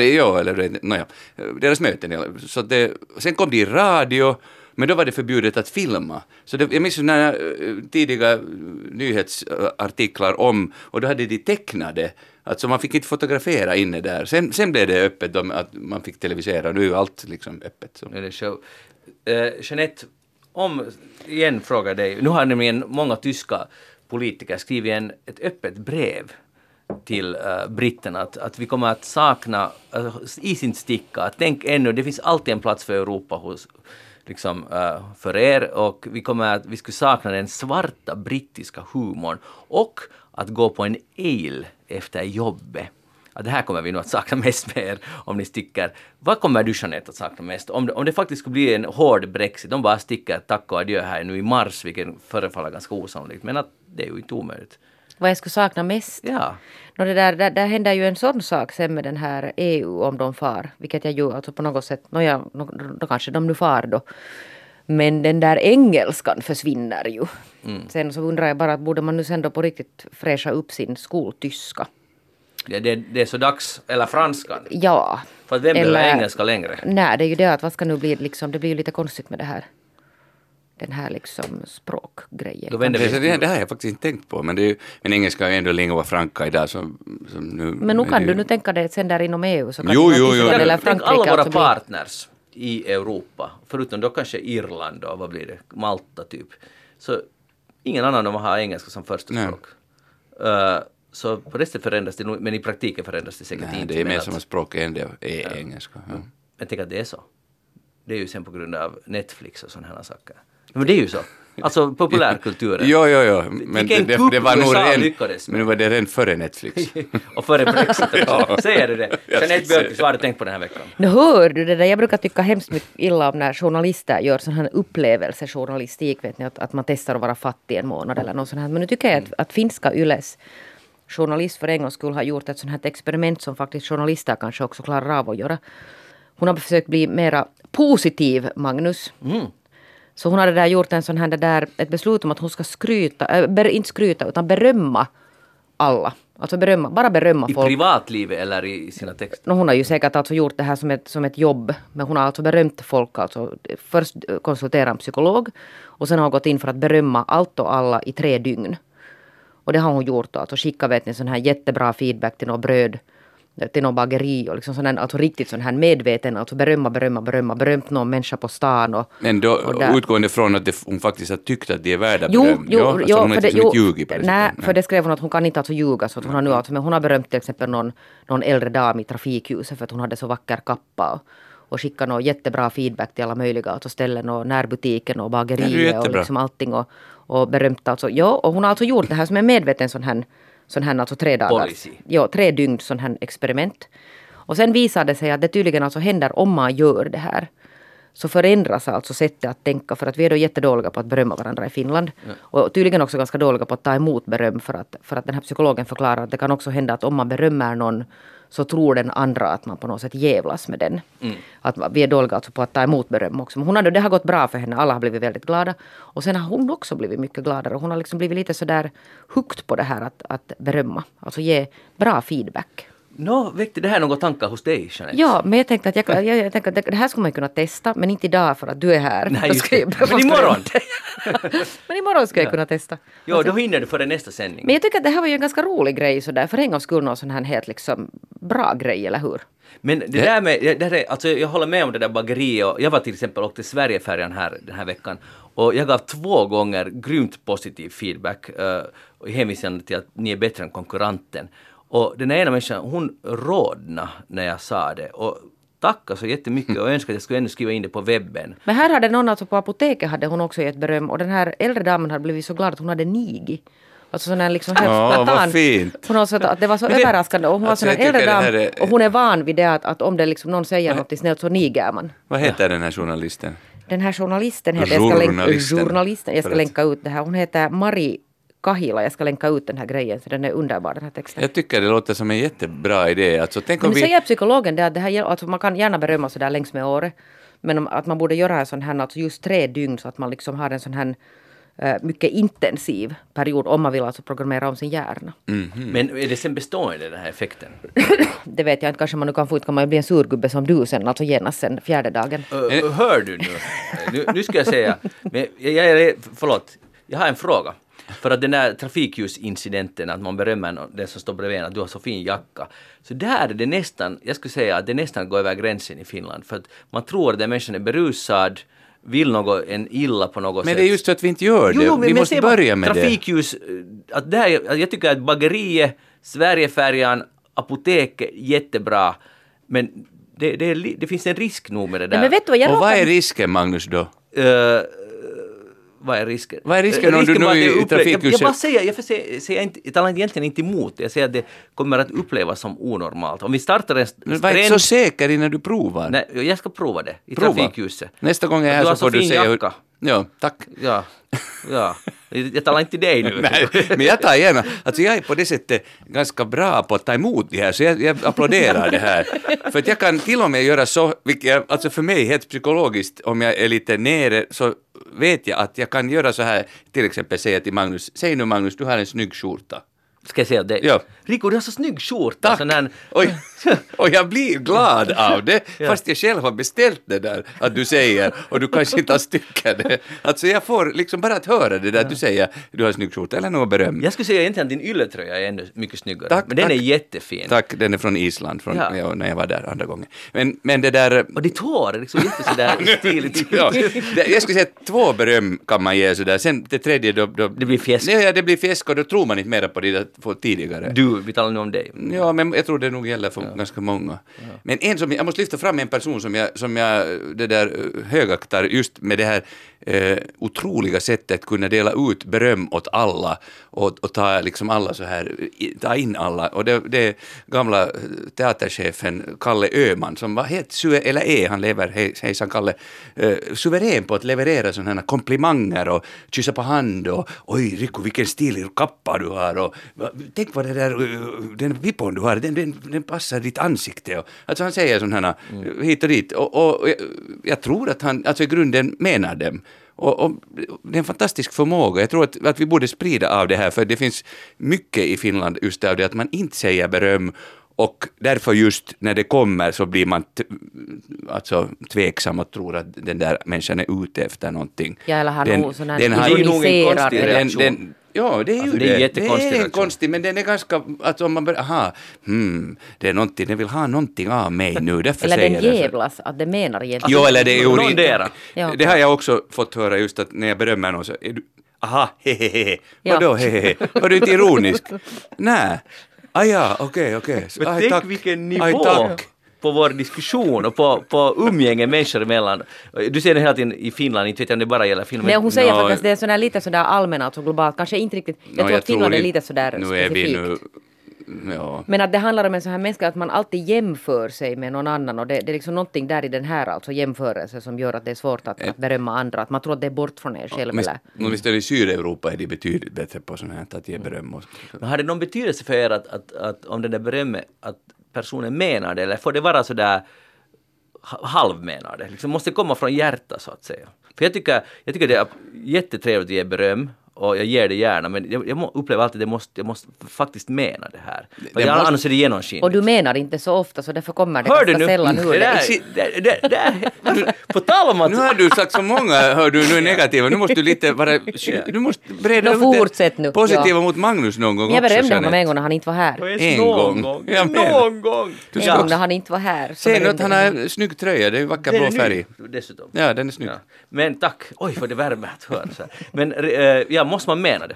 [SPEAKER 4] Deras möten. Så sen kom det i radio, men då var det förbjudet att filma. Så jag minns när tidiga nyhetsartiklar om, och då hade de tecknade, alltså man fick inte fotografera inne där. Sen blev det öppet att man fick televisera, nu är allt liksom öppet. Så.
[SPEAKER 2] Nu är det show. Jeanette, igen frågar dig, nu har nämligen många tyska politiker skrivit ett öppet brev till britterna att vi kommer att sakna i sin sticka, att tänk ännu, det finns alltid en plats för Europa hos liksom, för er, och vi skulle sakna den svarta brittiska humorn och att gå på en ale efter jobbet. Att det här kommer vi nog att sakna mest med er om ni sticker. Vad kommer du, Jeanette, att sakna mest? Om det faktiskt skulle bli en hård Brexit, de bara sticker tack och adjö här nu i mars, vilket förefaller ganska osannolikt, men att det är ju inte omöjligt.
[SPEAKER 3] Vad jag skulle sakna mest?
[SPEAKER 2] Ja.
[SPEAKER 3] Det där händer ju en sån sak sen med den här EU om de far, vilket jag ju alltså på något sätt, då kanske de nu far då. Men den där engelskan försvinner ju. Sen så undrar jag bara att borde man nu sen då på riktigt fräscha upp sin skoltyska.
[SPEAKER 2] Det är så dags, eller franskan.
[SPEAKER 3] Ja.
[SPEAKER 2] För att vem behöver engelska längre?
[SPEAKER 3] Nej, det är ju det att vad ska nu bli liksom, det blir ju lite konstigt med det här. Den här liksom språkgrejen.
[SPEAKER 4] Det har jag faktiskt inte tänkt på, men engelska är ändå lingua franca idag. Som nu,
[SPEAKER 3] men nu kan du nu tänka dig sen där inom EU. Så kan
[SPEAKER 4] jo.
[SPEAKER 3] eller
[SPEAKER 2] tänk alla våra partners i Europa, förutom då kanske Irland och vad blir det, Malta typ. Så ingen annan av dem har engelska som första språk. Så på det sättet förändras det, men i praktiken förändras det säkert inte.
[SPEAKER 4] Det är mer som ett språk än det är engelska. Ja.
[SPEAKER 2] Jag tänker att det är så. Det är ju sen på grund av Netflix och sådana här saker. Men det är ju så. Alltså populärkulturen.
[SPEAKER 4] Jo. Men det var nog lyckades. Men nu var det redan före Netflix.
[SPEAKER 2] Och före Brexit. Säger du det? Jeanette Björkqvist, vad har du tänkt på den här veckan?
[SPEAKER 3] Nu hör du det där. Jag brukar tycka hemskt mycket illa om när journalister gör sån här upplevelsejournalistik. Vet ni, att man testar att vara fattig en månad eller något sånt här. Men nu tycker jag att finska Yles journalist för en gångs skull har gjort ett sånt här experiment som faktiskt journalister kanske också klarar av att göra. Hon har försökt bli mera positiv, Magnus. Så hon hade där gjort en sån här ett beslut om att hon ska inte skryta utan berömma alla. Alltså bara berömma folk.
[SPEAKER 2] I privatlivet eller i sina texter?
[SPEAKER 3] Hon har ju säkert alltså gjort det här som ett jobb. Men hon har alltså berömt folk. Alltså först konsultera en psykolog. Och sen har hon gått in för att berömma allt och alla i 3 dygn. Och det har hon gjort då. Alltså skicka sån här jättebra feedback till något bröd. Till någon bageri och liksom sån här, alltså riktigt sån här medveten, alltså berömt någon människa på stan.
[SPEAKER 4] Men då utgående från att hon faktiskt har tyckt att de är värda beröm. Hon har inte ljugit på det.
[SPEAKER 3] Nej, för det skrev hon att hon kan inte alltså ljuga. Så att hon har nu alltså, men hon har berömt till exempel någon äldre dam i trafikljuset för att hon hade så vacker kappa. Och skickat någon jättebra feedback till alla möjliga alltså ställen och närbutiken och bagerier och liksom allting. Och berömt alltså. Ja, och hon har alltså gjort det här som en medveten sån här alltså 3 dagar.
[SPEAKER 2] Policy.
[SPEAKER 3] Ja, 3 dygn sån här experiment. Och sen visade det sig att det tydligen alltså händer om man gör det här. så förändras alltså sättet att tänka, för att vi är då jättedåliga på att berömma varandra i Finland. Och tydligen också ganska dåliga på att ta emot beröm, för att den här psykologen förklarar att det kan också hända att om man berömmer någon så tror den andra att man på något sätt jävlas med den. Att vi är dåliga alltså på att ta emot beröm också. Men det har gått bra för henne, alla har blivit väldigt glada. Och sen har hon också blivit mycket gladare. Hon har liksom blivit lite sådär hooked på det här att berömma. Alltså ge bra feedback.
[SPEAKER 2] Väckte det här några tankar hos dig, Jeanette?
[SPEAKER 3] Ja, men jag tänkte att det här skulle man kunna testa, men inte idag för att du är här.
[SPEAKER 2] Nej, just det. Men imorgon!
[SPEAKER 3] Men imorgon ska jag kunna testa.
[SPEAKER 2] Ja, då hinner du före nästa sändning.
[SPEAKER 3] Men jag tycker att det här var ju en ganska rolig grej sådär. För en gång skulle någon sån här helt liksom bra grej, eller hur?
[SPEAKER 2] Men det där med, alltså jag håller med om det där bageriet. Jag var till exempel åkte Sverigefärjan den här veckan. Och jag gav 2 gånger grymt positiv feedback. Och hänvisande till att ni är bättre än konkurrenten. Och den ena människan, hon rådna när jag sa det. Och tackar så jättemycket och önskar att jag skulle ännu skriva in det på webben.
[SPEAKER 3] Men här hade någon, alltså på apoteket hade hon också gett beröm. Och den här äldre damen hade blivit så glad att hon hade nigi. Alltså sån här liksom helt
[SPEAKER 4] vad fint.
[SPEAKER 3] På något sätt att det var så överraskande. Och hon var sån här äldre dam och hon är van vid det att om det liksom någon säger något snällt så niger man.
[SPEAKER 4] Vad heter den här journalisten?
[SPEAKER 3] Den här journalisten heter, jag ska länka ut det här. Hon heter Mari Kahila. Jag ska länka ut den här grejen, så den är underbar, den här texten.
[SPEAKER 4] Jag tycker det låter som en jättebra idé. Alltså, tänk om
[SPEAKER 3] men säger psykologen det att det här, alltså man kan gärna berömma så där längs med året, men att man borde göra en sån här, alltså just 3 dygn, så att man liksom har en sån här mycket intensiv period om man vill alltså programmera om sin hjärna.
[SPEAKER 2] Men är det sen bestående, den här effekten?
[SPEAKER 3] Det vet jag inte, kanske man nu kan få ut, kan man ju bli en surgubbe som du sen, alltså genast sen 4:e dagen.
[SPEAKER 2] Hör du nu? Nu ska jag säga, men jag har en fråga. För att den där trafikljusincidenten, att man berömmer den som står bredvid att du har så fin jacka. Så där är det nästan, jag skulle säga att det nästan går över gränsen i Finland. För att man tror att den människan är berusad, vill en illa på något sätt.
[SPEAKER 4] Men det är just så att vi inte gör det. Vi måste börja med
[SPEAKER 2] trafikljus, att där, jag tycker att bageriet, Sverigefärjan, apoteket, jättebra. Men det finns en risk nog med det där.
[SPEAKER 3] Men vet du,
[SPEAKER 4] och vad är risken, Magnus, då?
[SPEAKER 2] Vad är risken?
[SPEAKER 4] Vad är risken om du nu i trafikljuset?
[SPEAKER 2] Jag talar egentligen inte emot det. Jag säger att det kommer att upplevas som onormalt. Om vi startar en
[SPEAKER 4] men var inte så säker innan du provar.
[SPEAKER 2] Nej, jag ska prova det i trafikljuset.
[SPEAKER 4] Nästa gång jag är här så får du se
[SPEAKER 2] jacka.
[SPEAKER 4] Ja, tack.
[SPEAKER 2] Ja. Jag talar inte dig nu.
[SPEAKER 4] Nej, men jag tar gärna. Alltså jag är på det sättet ganska bra på att ta emot det här, så jag applåderar det här. För att jag kan till och med göra så, vilket alltså för mig helt psykologiskt, om jag är lite nere så vet jag att jag kan göra så här, till exempel säga till Magnus, säg nu Magnus, du har en snygg skjorta.
[SPEAKER 2] Ska jag säga det?
[SPEAKER 4] Ja.
[SPEAKER 2] Rico, du har så snygg skjorta.
[SPEAKER 4] Tack.
[SPEAKER 2] Sån här...
[SPEAKER 4] och jag blir glad av det, fast jag själv har beställt det där att du säger, och du kanske inte alls tycker det. Alltså jag får liksom bara att höra det där att du säger du har en snygg skjorta eller något beröm.
[SPEAKER 2] Jag skulle säga egentligen att din ylletröja är ännu mycket snyggare.
[SPEAKER 4] Tack,
[SPEAKER 2] men den är jättefin.
[SPEAKER 4] Tack, den är från Island när jag var där andra gången. Men det där...
[SPEAKER 2] Och ditt hår är liksom jättesådär stiligt.
[SPEAKER 4] Ja, jag skulle säga 2 beröm kan man ge sådär. Sen det tredje då...
[SPEAKER 2] Det blir fjäsk.
[SPEAKER 4] Ja, det blir fjäsk och då tror man inte mer på det för tidigare.
[SPEAKER 2] Vi talar nu om dig.
[SPEAKER 4] Ja, men jag tror det nog gäller för ganska många. Ja. Men jag måste lyfta fram en person som jag det där högaktar just med det här otroliga sättet att kunna dela ut beröm åt alla och ta liksom alla så här, ta in alla. Och det är gamla teaterchefen Kalle Öhman som var helt han lever, hejsan Kalle, suverän på att leverera sådana här komplimanger och kyssa på hand och oj Rico vilken stilig kappa du har och tänk vad det där, den vippon du har, den passar ditt ansikte. Alltså han säger sådana här hit och dit och jag tror att han alltså i grunden menar dem. Och det är en fantastisk förmåga. Jag tror att vi borde sprida av det här, för det finns mycket i Finland just av det att man inte säger beröm, och därför just när det kommer så blir man alltså tveksam och tror att den där människan är ute efter någonting.
[SPEAKER 3] Ja, eller han nog sån här
[SPEAKER 2] ironiserar reaktion.
[SPEAKER 4] Ja, det är ju
[SPEAKER 2] alltså, det är jättekonstigt.
[SPEAKER 4] Det är konstigt, men den är ganska, alltså om man börjar, det är någonting, den vill ha någonting av mig nu, därför
[SPEAKER 3] eller
[SPEAKER 4] säger
[SPEAKER 3] den jävlas, att det menar egentligen.
[SPEAKER 4] Jo, eller det är ju
[SPEAKER 2] ja.
[SPEAKER 4] Det har jag också fått höra just att när jag berömmer någon så är du, aha, hehehe, vadå hehehe, var du inte ironisk? Nej, okej.
[SPEAKER 2] Men tänk vilken nivå på vår diskussion och på umgänge människor emellan. Du ser det hela tiden i Finland, inte vet jag om det bara gäller Finland.
[SPEAKER 3] Nej, hon säger faktiskt det är sådär lite sådär allmänt och globalt, kanske inte riktigt. Jag tror att Finland är lite sådär specifikt.
[SPEAKER 4] ja.
[SPEAKER 3] Men att det handlar om en sån här mänsklig, att man alltid jämför sig med någon annan, och det är liksom någonting där i den här alltså jämförelse som gör att det är svårt att berömma andra, att man tror att det är bort från er själv.
[SPEAKER 4] Men visst är det i Sydeuropa är de betydligt bättre på sånt här att ge beröm.
[SPEAKER 2] Men har det någon betydelse för er att om den där berömmet, att personen menar det, eller får det vara sådär halvmenar det? Liksom måste komma från hjärta så att säga. För jag tycker det är jättetrevligt att ge beröm, och jag ger det gärna, men jag upplever alltid att jag måste faktiskt mena det här. Annars är det genomskinligt.
[SPEAKER 3] Och du menar inte så ofta, så därför kommer det
[SPEAKER 2] Hör
[SPEAKER 3] ganska sällan ur
[SPEAKER 2] det. På tal om att...
[SPEAKER 4] Nu har du sagt så många, hör du, nu är negativa. Nu måste du lite vara... Du måste breda ut
[SPEAKER 3] fortsätt nu.
[SPEAKER 4] positiva mot Magnus någon gång
[SPEAKER 3] jag
[SPEAKER 4] också.
[SPEAKER 3] Jag berömde honom en gång när han inte var här.
[SPEAKER 4] En gång.
[SPEAKER 3] En gång när han inte var här.
[SPEAKER 4] Säg nu att han har en snygg tröja, det är ju vacker blå färg.
[SPEAKER 2] Dessutom.
[SPEAKER 4] Ja, den är snygg.
[SPEAKER 2] Ja. Men tack. Oj, vad det värmer att höra så här. Men måste man mena det?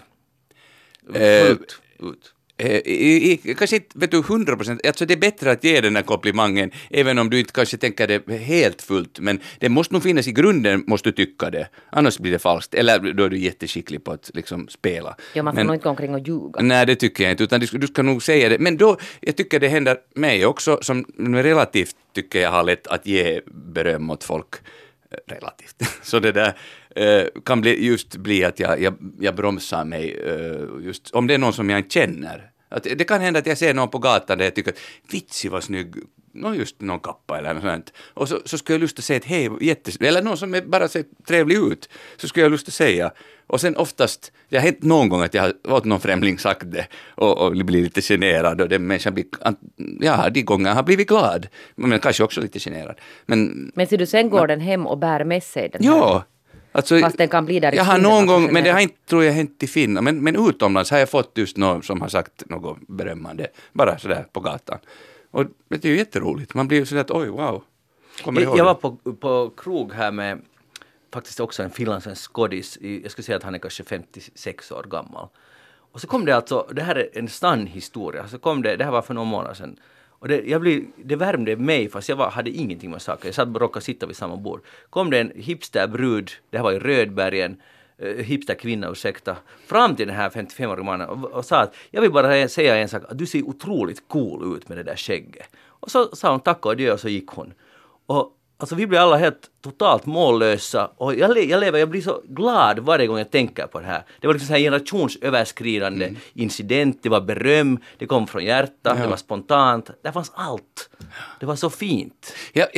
[SPEAKER 2] Fullt ut.
[SPEAKER 4] Kanske inte, vet du, 100%, alltså det är bättre att ge den här komplimangen, även om du inte kanske tänker det helt fullt, men det måste nog finnas i grunden, måste du tycka det, annars blir det falskt, eller då är du jätteskicklig på att liksom spela.
[SPEAKER 3] Ja, man får nog inte gå omkring och ljuga.
[SPEAKER 4] Nej, det tycker jag inte, utan du ska nog säga det, men då, jag tycker det händer mig också, som relativt tycker jag har lätt att ge beröm åt folk, relativt, så det där kan bli att jag bromsar mig just om det är någon som jag inte känner. Att det kan hända att jag ser någon på gatan där jag tycker att vitsi vad snygg, just någon kappa eller något sånt. Och så skulle jag lust att säga att hej, eller någon som bara ser trevlig ut, så skulle jag lust att säga. Och sen oftast, det har hänt någon gång att jag har åt någon främling sagt det och blir lite generad och den människan blir, de gånger har blivit glad, men kanske också lite generad. Men
[SPEAKER 3] ser du, sen går den hem och bär med sig den här.
[SPEAKER 4] Ja. Alltså,
[SPEAKER 3] fast den kan bli där i
[SPEAKER 4] jag har någon gång, men det har inte, tror jag, hänt i Finland. Men utomlands har jag fått just någon som har sagt något berömmande, bara sådär på gatan. Och det är ju jätteroligt. Man blir ju sådär att oj, wow.
[SPEAKER 2] Jag var på krog här med faktiskt också en finlandssvensk skådis. Jag skulle säga att han är kanske 56 år gammal. Och så kom det alltså, det här är en sann historia. Så kom det här var för några månader sedan. Och det värmde mig, fast jag hade ingenting med saker. Jag råkade sitta vid samma bord. Kom det en hipsterbrud, det här var i Rödbergen, hipsterkvinna, ursäkta, fram till den här 55-åriga mannen och sa att jag vill bara säga en sak, att du ser otroligt cool ut med det där skägget. Och så sa hon tack och adjö och så gick hon. Och alltså vi blir alla helt totalt mållösa och jag blir så glad varje gång jag tänker på det här. Det var liksom så här generationsöverskridande incident, det var beröm, det kom från hjärtat, det var spontant, det fanns allt. Det var så fint.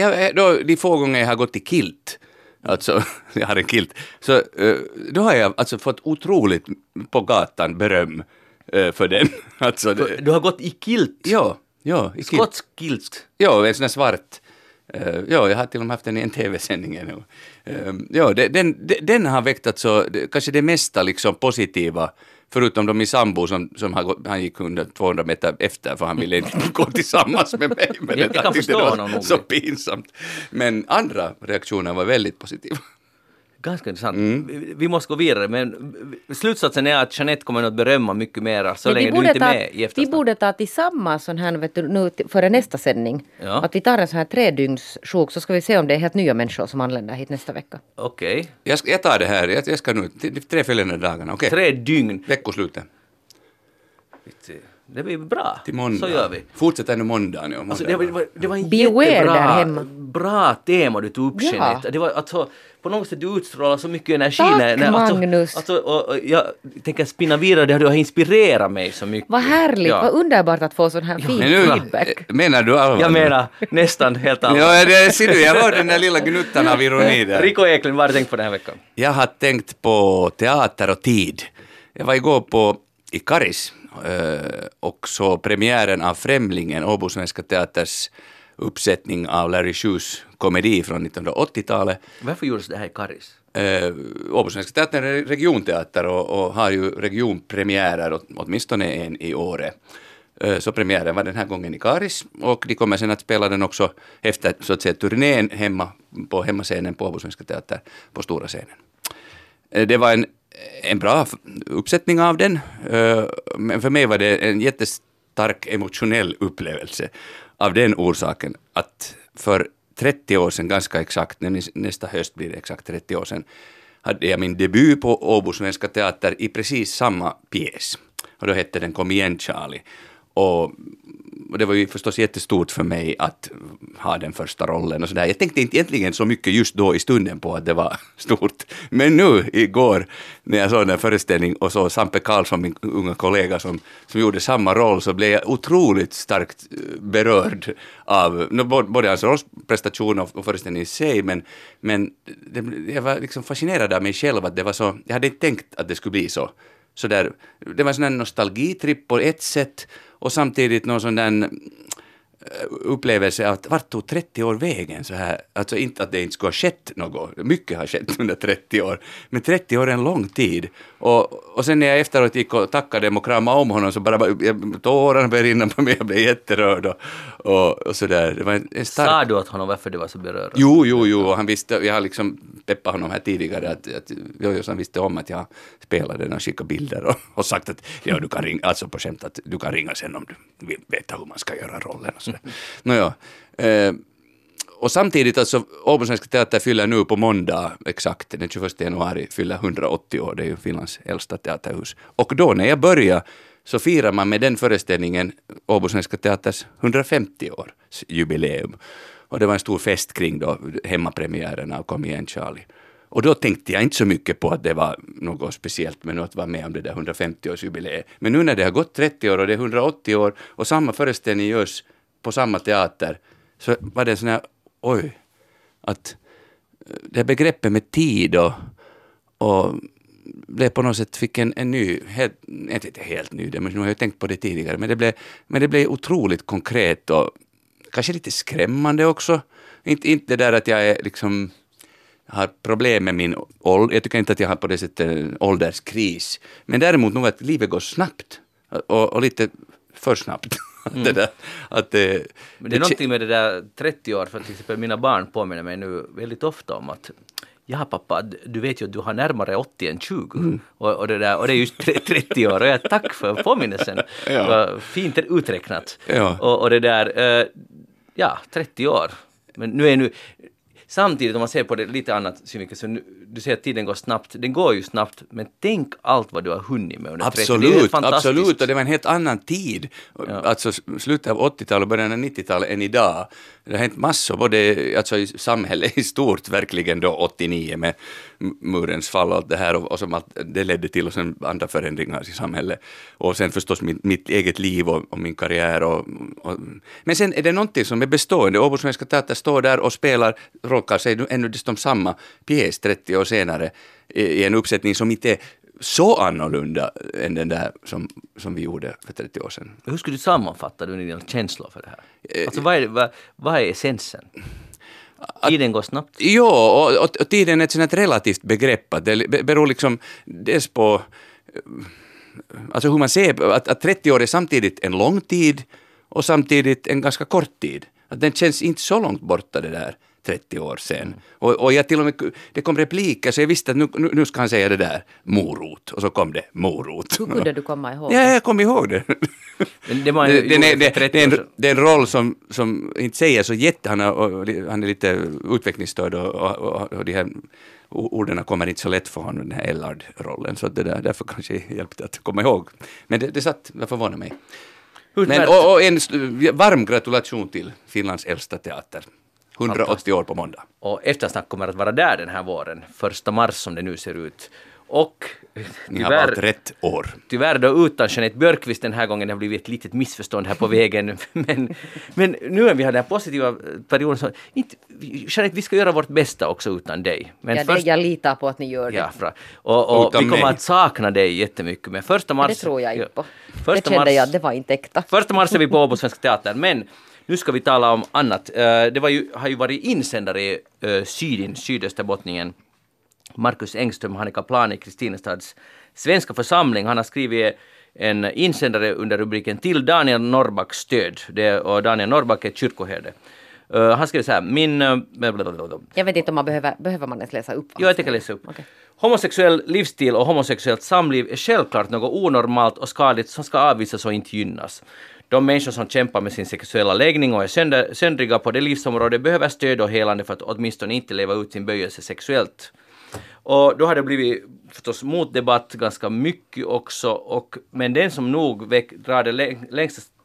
[SPEAKER 4] De få gånger jag har gått i kilt, alltså jag har en kilt, så då har jag alltså fått otroligt på gatan beröm för den. Alltså,
[SPEAKER 2] du har gått i kilt?
[SPEAKER 4] Ja, i kilt.
[SPEAKER 2] Skotsk kilt?
[SPEAKER 4] Ja, en sån här svart. Ja, jag har till och med haft den i en tv-sändning nu. Den har väckt alltså, kanske det mesta liksom positiva, förutom de i sambo han gick 100-200 meter efter för han ville inte gå tillsammans med mig. Men
[SPEAKER 2] jag kan förstå honom nog.
[SPEAKER 4] Så pinsamt. Men andra reaktioner var väldigt positiva.
[SPEAKER 2] Ganska intressant. Vi måste gå vidare, men slutsatsen är att Jeanette kommer att berömma mycket mer så länge du inte är med i Eftersnack.
[SPEAKER 3] Vi borde ta tillsammans sån här, vet du, nu före nästa sändning. Ja. Att vi tar en sån här 3-dygnssjuk, så ska vi se om det är helt nya människor som anländer hit nästa vecka.
[SPEAKER 2] Okej.
[SPEAKER 4] Jag tar det här. Jag ska nu 3 följande dagarna. Okay.
[SPEAKER 2] 3 dygn.
[SPEAKER 4] Veckoslutet.
[SPEAKER 2] Det blir bra.
[SPEAKER 4] Till måndag.
[SPEAKER 2] Så gör vi.
[SPEAKER 4] Fortsätter nu måndag nu.
[SPEAKER 2] Alltså, det var en
[SPEAKER 3] jättebra
[SPEAKER 2] tema du tog upp, Jeanette. Det var alltså, på något sätt du utstrålar så mycket energi.
[SPEAKER 3] Tack, Magnus.
[SPEAKER 2] Och jag tänker spinna vidare, det har inspirerat mig så mycket.
[SPEAKER 3] Vad härligt, vad underbart att få sån här fin feedback.
[SPEAKER 4] Menar du allvar?
[SPEAKER 2] Jag menar nästan helt allvar.
[SPEAKER 4] Ja, det ser du, jag hör den där lilla gnuttan av ironi där.
[SPEAKER 2] Rico Eklund, vad har du tänkt på den här veckan?
[SPEAKER 4] Jag har tänkt på teater och tid. Jag var igår i Karis och så premiären av Främlingen, Åbo Svenska Teaters uppsättning av Larry Shoes komedi från 1980-talet.
[SPEAKER 2] Varför gjordes det här i Karis?
[SPEAKER 4] Åbo Svenska Teater är regionteater och har ju regionpremiärer, åtminstone en i året. Så premiären var den här gången i Karis och de kommer sen att spela den också efter så att säga turnén hemma på hemmascenen på Åbo Svenska Teater på stora scenen. Det var en bra uppsättning av den, men för mig var det en jättestark emotionell upplevelse av den orsaken att för 30 år sedan, ganska exakt, nästa höst blir det exakt 30 år sedan, hade jag min debut på Åbo Svenska Teater i precis samma pjäs. Och då hette den Kom igen Charlie. Och det var ju förstås jättestort för mig att ha den första rollen och sådär. Jag tänkte inte egentligen så mycket just då i stunden på att det var stort. Men nu igår när jag såg den föreställning och så Sampe Karlsson, min unga kollega som gjorde samma roll, så blev jag otroligt starkt berörd av både hans rollprestation och föreställningen i sig, men jag var liksom fascinerad av mig själv att det var så, jag hade inte tänkt att det skulle bli så. Så där, det var en sån här nostalgitripp på ett sätt och samtidigt någon sån där upplevelse att vart tog 30 år vägen så här, alltså inte att det inte skulle ha skett något, mycket har skett under 30 år, men 30 år är en lång tid och sen när jag efteråt gick och tackade och kramade om honom så bara tårarna började rinna på mig, jag blev jätterörd och sådär. Det var en stark...
[SPEAKER 2] Sa du åt honom varför det var så berörd?
[SPEAKER 4] Jo, han visste, jag har liksom peppat honom här tidigare att han visste om att jag spelade och skickade bilder och sagt att ja, du kan ringa, alltså på skämt att du kan ringa sen om du vill veta hur man ska göra rollen och sådär. Nåja, och samtidigt alltså Åbo Svenska Teater fyller nu på måndag exakt den 21 januari fyller 180 år, det är ju Finlands äldsta teaterhus. Och då när jag började så firar man med den föreställningen Åbo Svenska Teaters 150 års jubileum. Och det var en stor fest kring då hemmapremiären av Kom igen Charlie. Och då tänkte jag inte så mycket på att det var något speciellt med att vara med om det där 150-årsjubileet. Men nu när det har gått 30 år och det är 180 år och samma föreställning görs på samma teater, så var det sån här, att det här begreppet med tid och det på något sätt fick en ny, inte helt ny, men nu har jag tänkt på det tidigare, men det blev otroligt konkret och kanske lite skrämmande också. Inte det där att jag är liksom har problem med min ålder. Jag tycker inte att jag har på det sättet ålderskris. Men däremot nog att livet går snabbt. Och lite för snabbt. Det där,
[SPEAKER 2] men det är någonting med det där 30 år, för till exempel mina barn påminner mig nu väldigt ofta om att ja pappa, du vet ju att du har närmare 80 än 20 och det är just 30 år och jag tack för påminnelsen. Ja. Var fint uträknat. Ja. Och det där 30 år. Men nu samtidigt om man ser på det lite annat synvinkel, så du säger att tiden går snabbt. Den går ju snabbt, men tänk allt vad du har hunnit med under 30 år. Det är helt fantastiskt.
[SPEAKER 4] Absolut, och det var en helt annan tid. Ja. Alltså slutet av 80-talet och början av 90-talet än idag. Det har hänt massor, både alltså, i samhället i stort, verkligen då 89 med murens fall och allt det här och som allt det ledde till och sen andra förändringar i samhället. Och sen förstås mitt eget liv och min karriär. Men sen är det någonting som är bestående. Åbo Svenska Teater står där och spelar, råkar sig ännu dessutom samma pjäs 30 år senare i en uppsättning som inte är så annorlunda än den där som vi gjorde för 30 år sedan.
[SPEAKER 2] Hur skulle du sammanfatta dina känslor för det här? Alltså vad är essensen? Tiden går snabbt.
[SPEAKER 4] Ja, och tiden är ett sådant relativt begrepp. Att det beror liksom dels på alltså hur man ser att 30 år är samtidigt en lång tid och samtidigt en ganska kort tid. Att den känns inte så långt borta det där 30 år sedan. Och jag till och med, det kom repliker så jag visste att nu ska han säga det där, morot. Och så kom det, morot.
[SPEAKER 3] Hur kunde du komma ihåg
[SPEAKER 4] det? Ja, jag kom ihåg det.
[SPEAKER 2] Men
[SPEAKER 4] det är en roll som inte säger så han är lite utvecklingsstörd och de här orden kommer inte så lätt för honom, den här Ellard-rollen. Så det därför kanske hjälpte att komma ihåg. Men det satt, jag förvånar mig. Men, och en varm gratulation till Finlands äldsta teater. 180 år på måndag.
[SPEAKER 2] Och eftersnack kommer att vara där den här våren. 1 mars som det nu ser ut. Och
[SPEAKER 4] ni har valt rätt år.
[SPEAKER 2] Tyvärr då utan Jeanette Björkqvist den här gången. Det har blivit ett litet missförstånd här på vägen. men nu är vi har den här positiva perioden. Så Jeanette, vi ska göra vårt bästa också utan dig. Men
[SPEAKER 3] jag litar på att ni gör det.
[SPEAKER 2] Ja, bra. Och vi kommer att sakna dig jättemycket. Men 1 mars...
[SPEAKER 3] Det tror jag inte på. Det kände jag att det var inte äkta.
[SPEAKER 2] 1 mars är vi på Åbo Svenska Teater. Men nu ska vi tala om annat. Det har ju varit insändare i Sydösterbottningen. Markus Engström, han är kaplan i Kristinestads svenska församling. Han har skrivit en insändare under rubriken Till Daniel Norrbacks stöd. Och Daniel Norrback är kyrkoherde. Han skrev så här,
[SPEAKER 3] Jag vet inte om man behöver man ens läsa upp.
[SPEAKER 2] Jo, jag tänker läsa upp. Okay. Homosexuell livsstil och homosexuellt samliv är självklart något onormalt och skadligt som ska avvisas och inte gynnas. De människor som kämpar med sin sexuella läggning och är söndriga på det livsområdet behöver stöd och helande för att åtminstone inte leva ut sin böjelse sexuellt. Och då har det blivit förstås motdebatt ganska mycket också, men den som nog drar det längsta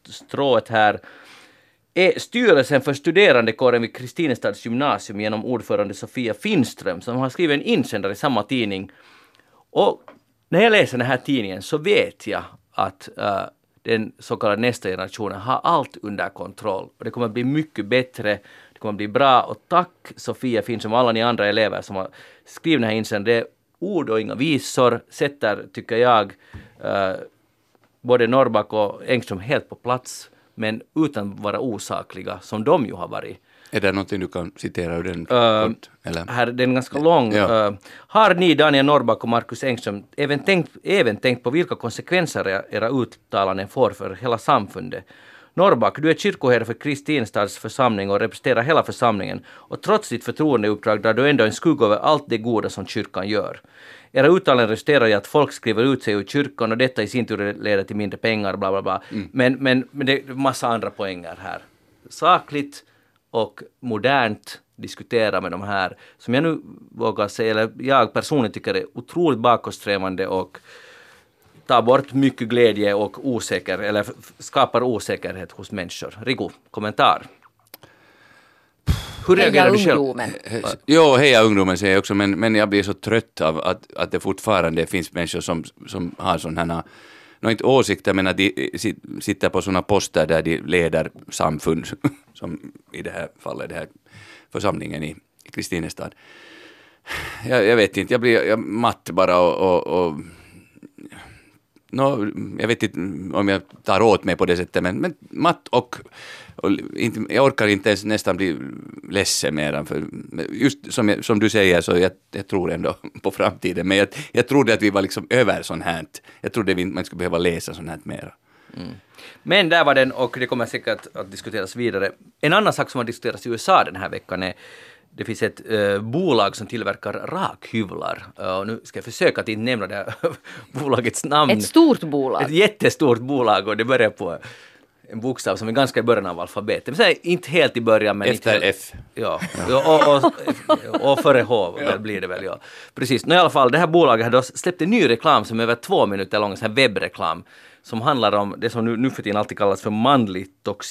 [SPEAKER 2] strået här är styrelsen för studerandekåren vid Kristinestads gymnasium genom ordförande Sofia Finström som har skrivit en insändare i samma tidning. Och när jag läser den här tidningen så vet jag att den så kallade nästa generationen har allt under kontroll. Och det kommer att bli mycket bättre, det kommer att bli bra. Och tack Sofia Finström och alla ni andra elever som har skrivit den här insändaren. Det är ord och inga visor, sätter tycker jag både Norrback och Engström helt på plats. Men utan att vara osakliga, som de ju har varit.
[SPEAKER 4] Är det någonting du kan citera ur den?
[SPEAKER 2] Här, den är ganska lång.
[SPEAKER 4] Ja.
[SPEAKER 2] Har ni, Daniel Norrback och Markus Engström, även tänkt på vilka konsekvenser era uttalanden får för hela samfundet? Norrback, du är kyrkoherde för Kristinestads församling och representerar hela församlingen. Och trots ditt förtroendeuppdrag drar du ändå en skugga över allt det goda som kyrkan gör. Era uttalanden resulterar i att folk skriver ut sig ur kyrkan och detta i sin tur leder till mindre pengar, bla bla bla. Men det är massa andra poänger här. Sakligt och modernt diskutera med de här, som jag nu vågar säga, eller jag personligen tycker är otroligt bakåtsträvande och tar bort mycket glädje och skapar osäkerhet hos människor. Rigo, kommentar? Hur reagerar du själv?
[SPEAKER 4] Jo, heja ungdomen säger jag också, men jag blir så trött av att det fortfarande finns människor som har sådana här, inte åsikter, men att de sitter på sådana poster där de leder samfund, som i det här fallet, det här församlingen i Kristinestad. Jag vet inte, jag blir matt bara och jag vet inte om jag tar åt mig på det sättet, men matt och inte, jag orkar inte ens nästan bli ledsen mer. För just som du säger så jag tror ändå på framtiden, men jag trodde att vi var liksom över sånt här. Jag trodde man skulle behöva läsa sånt här mer.
[SPEAKER 2] Men där var den, och det kommer säkert att diskuteras vidare. En annan sak som har diskuterats i USA den här veckan är det finns ett bolag som tillverkar rakhyvlar. Och nu ska jag försöka att inte nämna det här bolagets namn.
[SPEAKER 3] Ett stort bolag.
[SPEAKER 2] Ett jättestort bolag och det börjar på en bokstav som är ganska i början av alfabetet. Men så är inte helt i början. Men
[SPEAKER 4] efter
[SPEAKER 2] inte
[SPEAKER 4] F.
[SPEAKER 2] Ja, och före H blir det väl, ja. Precis. I alla fall, det här bolaget har då släppt en ny reklam som är över 2 minuter lång, en sån här webbreklam som handlar om det som nu för tiden alltid kallas för manlig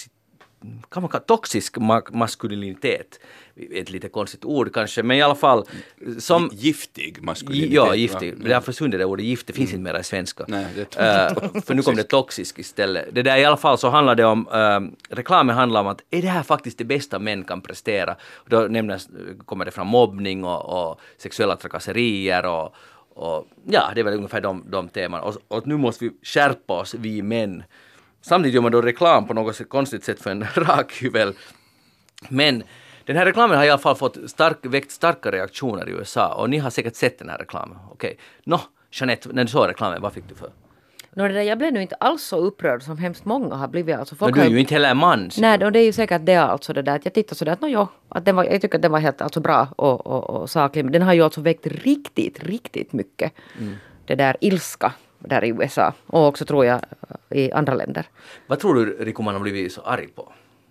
[SPEAKER 2] toxisk maskulinitet. Ett lite konstigt ord kanske, men i alla fall som
[SPEAKER 4] giftig maskulinitet.
[SPEAKER 2] Ja, giftig. Det har försvunnit det ordet gift, det finns inte mer i svenska.
[SPEAKER 4] Nej,
[SPEAKER 2] för nu kom det toxisk istället. Det där i alla fall så handlar det om reklamen handlar om att är det här faktiskt det bästa män kan prestera? Och då kommer det fram mobbning och sexuella trakasserier och ja, det är väl ungefär de teman. Och nu måste vi skärpa oss, vi män. Samtidigt gör man då reklam på något konstigt sätt för en rakhyvel. Men den här reklamen har i alla fall väckt starka reaktioner i USA. Och ni har säkert sett den här reklamen. Okej. Jeanette, när du såg reklamen, vad fick du för?
[SPEAKER 3] Jag blev nu inte alls så upprörd som hemskt många har blivit. Alltså,
[SPEAKER 2] men du är ju inte heller en man.
[SPEAKER 3] Nej, och det är ju säkert det alltså det där. Att jag tittar sådär att jag tycker att den var helt alltså, bra och saklig. Men den har ju alltså väckt riktigt mycket det där ilska där i USA. Och också tror jag i andra länder.
[SPEAKER 2] Vad tror du Rico man har blivit så arg på?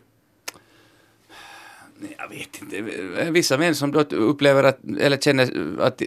[SPEAKER 4] Jag vet inte. Vissa män som då upplever eller känner att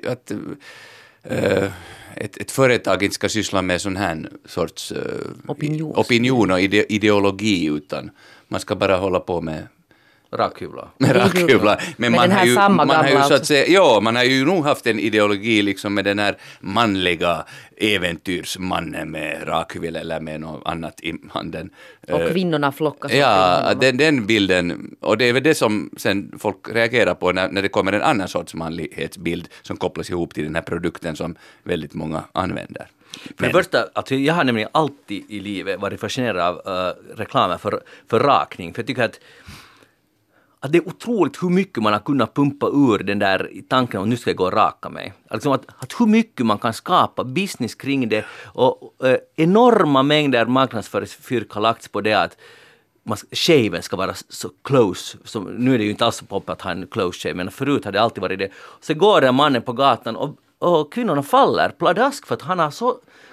[SPEAKER 4] ett företag inte ska syssla med sån här sorts opinion och ideologi, utan man ska bara hålla på med
[SPEAKER 2] rakhyvlar.
[SPEAKER 4] Men man har ju så att säga, man har ju nog haft en ideologi liksom med den här manliga äventyrsmannen med rakhyvel eller med något annat i handen.
[SPEAKER 3] Och kvinnorna flockas.
[SPEAKER 4] Ja, den bilden, och det är väl det som sen folk reagerar på när det kommer en annan sorts manlighetsbild som kopplas ihop till den här produkten som väldigt många använder.
[SPEAKER 2] För det första, alltså jag har nämligen alltid i livet varit fascinerad av reklamer för rakning, för jag tycker att det är otroligt hur mycket man har kunnat pumpa ur den där tanken om nu ska jag gå och raka mig. Alltså att hur mycket man kan skapa business kring det och enorma mängder marknadsföringsfyrk har lagts på det att shaven ska vara så close. Nu är det ju inte alls så pop att ha en close shave, men förut har det alltid varit det. Så går den mannen på gatan och kvinnorna faller pladask för att han har så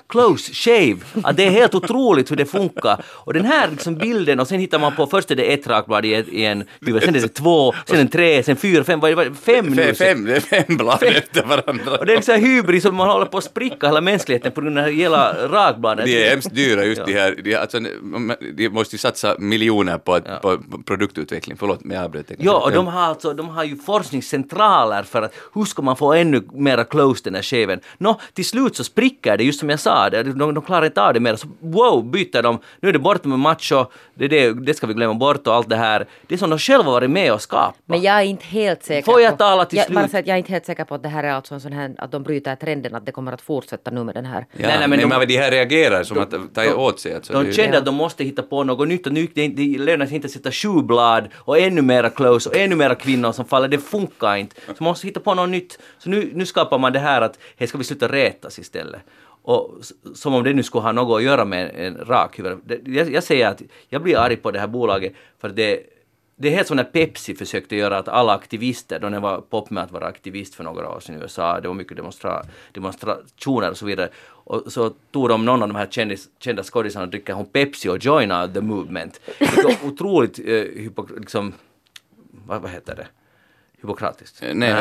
[SPEAKER 2] close shave. Att det är helt otroligt hur det funkar. Och den här liksom bilden, och sen hittar man på, först är det ett rakblad i en huva, sen är det 2, sen en 3, sen 4, 5, vad är det, 5 nu?
[SPEAKER 4] 5 blad efter varandra.
[SPEAKER 2] Och det är liksom hybris som man håller på att spricka hela mänskligheten på grund av den här hela rakbladen.
[SPEAKER 4] De är hemskt dyra just de här, alltså, de måste ju satsa miljoner på produktutveckling. Förlåt, men jag avbröt.
[SPEAKER 2] Ja, och de har ju forskningscentraler för att hur ska man få ännu mera close den här shaven. Till slut så spricker det, just som jag sa, de klarar inte av det mer. Så byter de, nu är det bort med macho, det ska vi glömma bort och allt det här. Det är som de själva varit med och skapat.
[SPEAKER 3] Men jag är inte helt säker
[SPEAKER 2] Får jag tala till slut?
[SPEAKER 3] Bara säga att jag är inte helt säker på att det här är alltså en sån här, att de bryter trenden, att det kommer att fortsätta nu med den här.
[SPEAKER 4] Ja, nej, men de här reagerar som att ta åt sig. Alltså,
[SPEAKER 2] de kände att de måste hitta på något nytt och nytt. Det lönar sig inte att sätta 7 blad och ännu mera close och ännu mera kvinnor som faller. Det funkar inte. Så man måste hitta på något nytt. Så nu skapar man det här att här ska vi sluta rätas istället. Och som om det nu skulle ha något att göra med en rak huvud. Jag säger att jag blir arg på det här bolaget för det är helt som när Pepsi försökte göra att alla aktivister, då det var pop med att vara aktivist för några år sedan i USA, det var mycket demonstrationer och så vidare, och så tog de någon av de här kända skådisarna och dricker hon Pepsi och joinade the movement. Det är otroligt liksom, vad heter det? Hypokratiskt?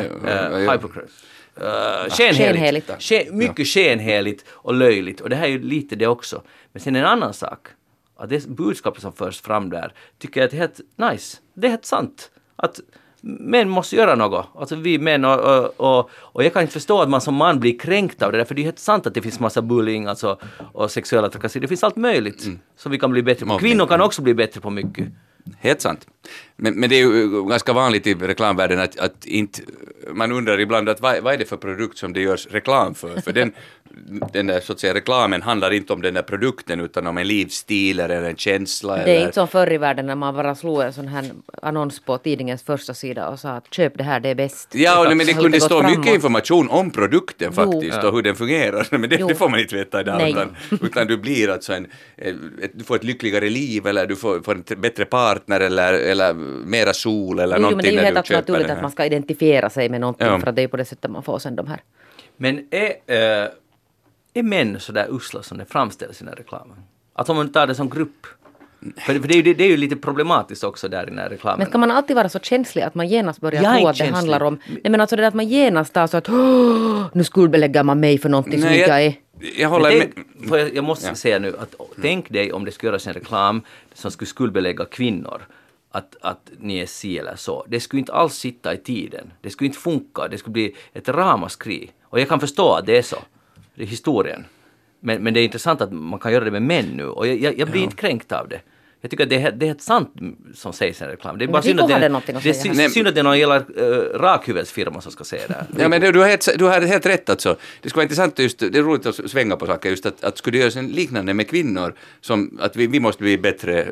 [SPEAKER 2] Skenheligt. Mycket skenheligt och löjligt, och det här är ju lite det också. Men sen en annan sak, att det budskapet som förs fram där tycker jag att det är helt nice. Det är helt sant. Att män måste göra något. Alltså vi män och jag kan inte förstå att man som man blir kränkt av det där, för det är helt sant att det finns massa bullying alltså, och sexuella trakasserier. Det finns allt möjligt som vi kan bli bättre på. Kvinnor kan också bli bättre på mycket.
[SPEAKER 4] Helt sant. Men det är ju ganska vanligt i reklamvärlden att inte, man undrar ibland att vad är det för produkt som det görs reklam för? För den där, så att säga, reklamen handlar inte om den där produkten utan om en livsstil eller en känsla.
[SPEAKER 3] Det är inte som förr i världen när man bara slog en sån här annons på tidningens första sida och sa att köp det här, det är bäst.
[SPEAKER 4] Ja, men det kunde stå mycket information om produkten faktiskt och hur den fungerar. Men det får man inte veta idag. Utan du blir alltså du får ett lyckligare liv eller du får en bättre partner eller mera sol eller någonting.
[SPEAKER 3] Men det är ju helt
[SPEAKER 4] köper
[SPEAKER 3] naturligt att man ska identifiera sig med någonting för att det är på det sättet man får sen de här.
[SPEAKER 2] Men är män så där usla som det framställs i den här reklamen? Att om man tar det som grupp. För det är ju lite problematiskt också där i den här reklamen.
[SPEAKER 3] Men ska man alltid vara så känslig att man genast börjar tro att det handlar om... Nej, men alltså det där att man genast tar så att nu skuldbelägger man mig för någonting som inte jag är.
[SPEAKER 4] Jag håller med.
[SPEAKER 2] Jag måste säga nu att tänk dig om det skulle göras en reklam som skulle skuldbelägga kvinnor. Att ni är si eller så. Det skulle inte alls sitta i tiden. Det skulle inte funka. Det skulle bli ett ramaskri. Och jag kan förstå att det är så. Det är historien. Men det är intressant att man kan göra det med män nu. Och jag blir inte kränkt av det. Jag tycker att det är ett sant som sägs i en reklam. Det är bara synd att det är någon jävla rakhuvudsfirma som ska säga det.
[SPEAKER 4] Ja, men du har helt rätt alltså. Det skulle vara intressant just, det är roligt att svänga på saker, just att skulle det göras en liknande med kvinnor, som att vi måste bli bättre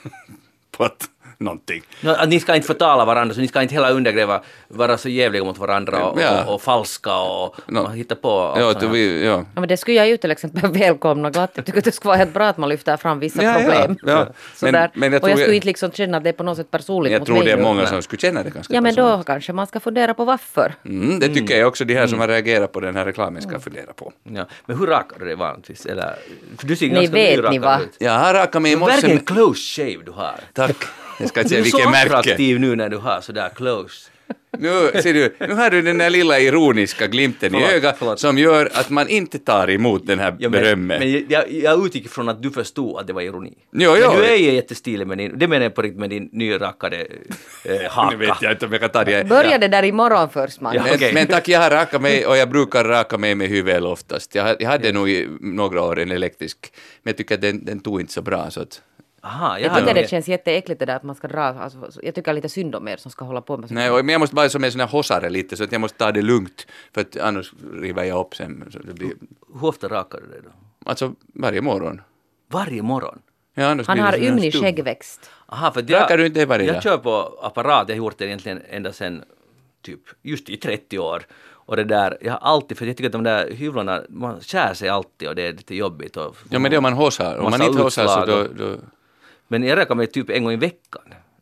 [SPEAKER 4] på att någonting.
[SPEAKER 2] Att ni ska inte förtala varandra, så ni ska inte heller undergräva, vara så jävliga mot varandra och falska och hitta på.
[SPEAKER 3] Ja, men det skulle jag ju till exempel välkomna glatt. Jag tycker att det skulle vara helt bra att man lyfter fram vissa problem.
[SPEAKER 4] Ja. Men
[SPEAKER 3] och jag skulle inte liksom känna att det är på något sätt personligt mot mig.
[SPEAKER 4] Jag tror det är många som skulle känna det ganska
[SPEAKER 3] men då kanske man ska fundera på varför.
[SPEAKER 4] Det tycker jag också de här som har reagerat på den här reklamen ska fundera på.
[SPEAKER 2] Ja. Men hur rakar du dig vanligtvis? Eller, för du ser
[SPEAKER 3] ganska nyrakad
[SPEAKER 2] ut.
[SPEAKER 4] Jag har rakat mig i morse.
[SPEAKER 2] Verkligen close shave du har.
[SPEAKER 4] Tack. Jag ska
[SPEAKER 2] du
[SPEAKER 4] säga
[SPEAKER 2] är
[SPEAKER 4] vilken
[SPEAKER 2] så
[SPEAKER 4] märke.
[SPEAKER 2] attraktiv nu när du har sådär close.
[SPEAKER 4] Nu har du den där lilla ironiska glimten i ögat som gör att man inte tar emot den här berömmen.
[SPEAKER 2] Men jag utgick ifrån att du förstod att det var ironi.
[SPEAKER 4] Jo.
[SPEAKER 2] Men du är ju jättestilig med din, det menar jag på riktigt, med din nyrakade haka.
[SPEAKER 4] Nu vet jag inte om jag kan ta det.
[SPEAKER 3] Börja det där imorgon först, man.
[SPEAKER 4] Men tack, jag har rakat mig och jag brukar raka mig med hyvel oftast. Jag hade nog i några år en elektrisk, men jag tycker att den tog inte så bra så att...
[SPEAKER 2] Aha,
[SPEAKER 3] jag tycker det känns jätteäckligt det där att man ska dra, alltså, jag tycker lite synd om er som ska hålla på med sånt.
[SPEAKER 4] Nej, men jag måste vara som en sån här hossare lite så att jag måste ta det lugnt för att annars river jag upp sen. Så det blir...
[SPEAKER 2] Hur ofta rakar du dig då?
[SPEAKER 4] Alltså varje morgon.
[SPEAKER 2] Varje morgon?
[SPEAKER 4] Ja,
[SPEAKER 3] han har ymnig skäggväxt.
[SPEAKER 2] Aha, för
[SPEAKER 4] rakar du inte varje dag?
[SPEAKER 2] Jag kör på apparat, jag har gjort det egentligen ända sedan typ just i 30 år. Och det där, jag har alltid, för jag tycker att de där hyvlarna, man skär sig alltid och det är lite jobbigt. Och
[SPEAKER 4] ja, men det är om man hossar. Om man inte hossar så då...
[SPEAKER 2] Men jag rakar mig typ en gång i veckan.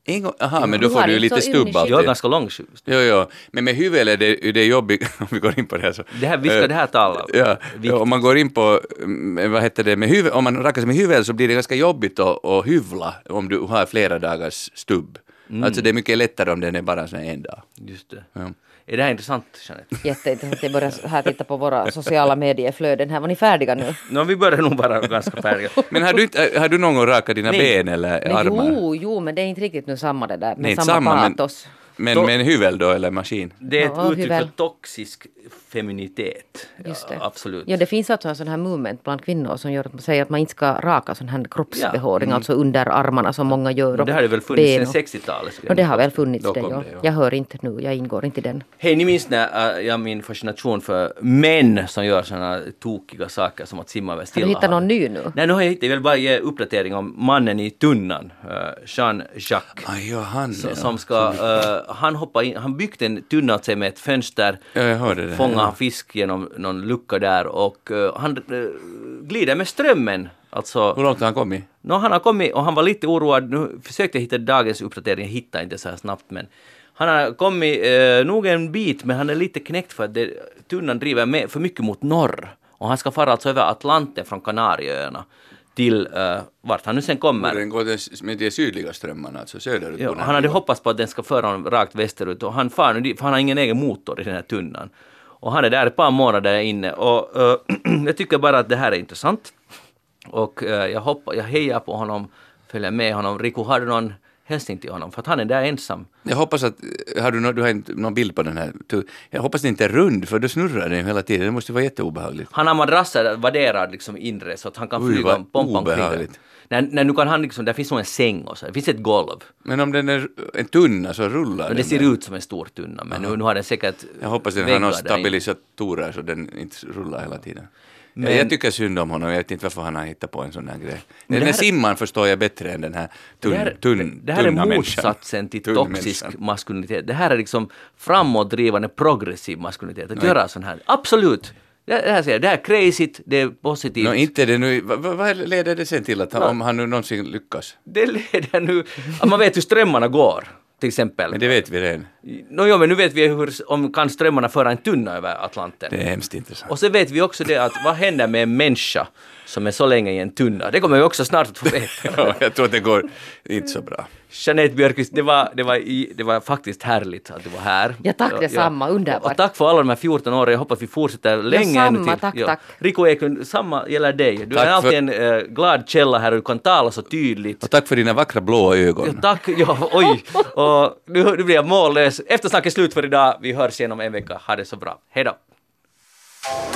[SPEAKER 4] En gång, aha, men då får du ju lite
[SPEAKER 3] så
[SPEAKER 4] stubb
[SPEAKER 3] ymnig
[SPEAKER 4] alltid.
[SPEAKER 2] Jag är ganska lång.
[SPEAKER 4] Jo, men med hyvel är det jobbigt, om vi går in på det här så.
[SPEAKER 2] Det här, vi ska det här tala.
[SPEAKER 4] Ja, om man går in på, vad heter det, med hyvel, om man rackar sig med hyvel så blir det ganska jobbigt att hyvla om du har flera dagars stubb. Alltså det är mycket lättare om den är bara så en dag.
[SPEAKER 2] Just det.
[SPEAKER 4] Ja.
[SPEAKER 2] Är det här intressant, Jeanette?
[SPEAKER 3] Jätteintressant. Jag börjar här titta på våra sociala medieflöden här. Var ni färdiga nu?
[SPEAKER 2] Vi börjar nog bara ganska färdiga.
[SPEAKER 4] Men har du någon gång rakat dina ben eller
[SPEAKER 3] Men
[SPEAKER 4] armar?
[SPEAKER 3] jo, men det är inte riktigt nu samma det där. Med
[SPEAKER 4] Nej, inte
[SPEAKER 3] samma
[SPEAKER 4] samma,
[SPEAKER 3] patos.
[SPEAKER 4] Men med en hyvel då eller maskin?
[SPEAKER 2] Det är ett
[SPEAKER 3] Ja,
[SPEAKER 2] uttryck
[SPEAKER 3] hyvel.
[SPEAKER 2] för toxisk feminitet.
[SPEAKER 3] Just det.
[SPEAKER 2] Ja, absolut.
[SPEAKER 3] Ja, det finns alltså en sån här movement bland kvinnor som gör att man säger att man inte ska raka sån här kroppsbehåring, alltså under armarna som många gör.
[SPEAKER 2] Men det har ju väl funnits
[SPEAKER 3] ben
[SPEAKER 2] sedan 60-talet.
[SPEAKER 3] och det har väl funnits
[SPEAKER 4] Då
[SPEAKER 3] det,
[SPEAKER 4] kom
[SPEAKER 3] ja.
[SPEAKER 4] det, ja.
[SPEAKER 3] Jag hör inte nu, jag ingår inte i den.
[SPEAKER 2] Hej, ni minns när jag min fascination för män som gör såna tokiga saker som att simma över
[SPEAKER 3] Har
[SPEAKER 2] Stilla
[SPEAKER 3] du hittat
[SPEAKER 2] havet.
[SPEAKER 3] någon ny nu?
[SPEAKER 2] Nej, nu har jag hittat. Jag vill bara ge uppdatering om mannen i tunnan, Jean-Jacques.
[SPEAKER 4] Aj, ja, han.
[SPEAKER 2] Som ska, han hoppade in, han byggde en tunna åt sig med ett fönster,
[SPEAKER 4] Ja, jag hörde det.
[SPEAKER 2] fångade fisk genom någon lucka där och han glider med strömmen. Alltså,
[SPEAKER 4] Hur långt har han kommit?
[SPEAKER 2] han har kommit och han var lite oroad. Nu försökte jag hitta dagens uppdatering, jag hittade inte så här snabbt, men han har kommit nog en bit, men han är lite knäckt för att tunnan driver med för mycket mot norr. Och han ska fara alltså över Atlanten från Kanarieöarna till vart han nu sen kommer.
[SPEAKER 4] Den går med de sydliga strömmarna, alltså söderut.
[SPEAKER 2] Ja, han hade hoppats på att den ska föra honom rakt västerut och han far nu dit, för han har ingen egen motor i den här tunnan. Och han är där ett par månader inne och jag tycker bara att det här är intressant. Och jag hejar på honom, följer med honom. Riku, har du någon hälsning till honom? För att han är där ensam.
[SPEAKER 4] Jag hoppas att, du har inte någon bild på den här, jag hoppas det inte är rund för då snurrar den hela tiden, det måste vara jätteobehagligt.
[SPEAKER 2] Han har madrasser vadderad liksom inre så att han kan flyga
[SPEAKER 4] vad
[SPEAKER 2] pompa omkring.
[SPEAKER 4] obehagligt.
[SPEAKER 2] När nu kan han liksom, där finns nog en säng och så, det finns ett golv.
[SPEAKER 4] Men om den är en tunna så rullar
[SPEAKER 2] Men
[SPEAKER 4] den.
[SPEAKER 2] det ser ut som en stor tunna, men nu har den säkert
[SPEAKER 4] Jag hoppas den har
[SPEAKER 2] väggar
[SPEAKER 4] några
[SPEAKER 2] där inne.
[SPEAKER 4] stabilisatorer så den inte rullar hela tiden. Men jag tycker synd om honom, jag vet inte varför han har hittat på en sån här grej. Den här simman förstår jag bättre än den här
[SPEAKER 2] det här är
[SPEAKER 4] tunna
[SPEAKER 2] motsatsen till
[SPEAKER 4] Tunn
[SPEAKER 2] toxisk
[SPEAKER 4] människan.
[SPEAKER 2] maskulinitet. Det här är liksom framåtdrivande progressiv maskulinitet. Att göra sån här. Absolut. Det här är crazy, det är positivt.
[SPEAKER 4] Nå, inte det nu. Vad leder det sen till att om han nu någonsin lyckas?
[SPEAKER 2] Det leder nu att man vet hur strömmarna går. Till exempel.
[SPEAKER 4] Men det vet vi redan.
[SPEAKER 2] Men nu vet vi om kan strömmarna föra en tunna över Atlanten.
[SPEAKER 4] Det är hemskt intressant.
[SPEAKER 2] Och så vet vi också det att vad händer med en människa som är så länge i en tunna. Det kommer vi också snart att få veta.
[SPEAKER 4] Ja, jag tror att det går inte så bra.
[SPEAKER 2] Jeanette Björkqvist, det var faktiskt härligt att du var här.
[SPEAKER 3] Ja, tack detsamma, underbart.
[SPEAKER 2] Och tack för alla de här 14 åren, jag hoppas vi fortsätter länge
[SPEAKER 3] samma,
[SPEAKER 2] ännu till.
[SPEAKER 3] tack.
[SPEAKER 2] Riku Eklund, samma gäller dig. Du
[SPEAKER 4] Tack
[SPEAKER 2] är alltid
[SPEAKER 4] för-
[SPEAKER 2] en glad källa här och du kan tala så tydligt.
[SPEAKER 4] Och tack för dina vackra blåa ögon.
[SPEAKER 2] Ja, tack, oj. Och nu blir jag mållös. Eftersnack är slut för idag. Vi hörs igen om en vecka. Ha det så bra. Hej då.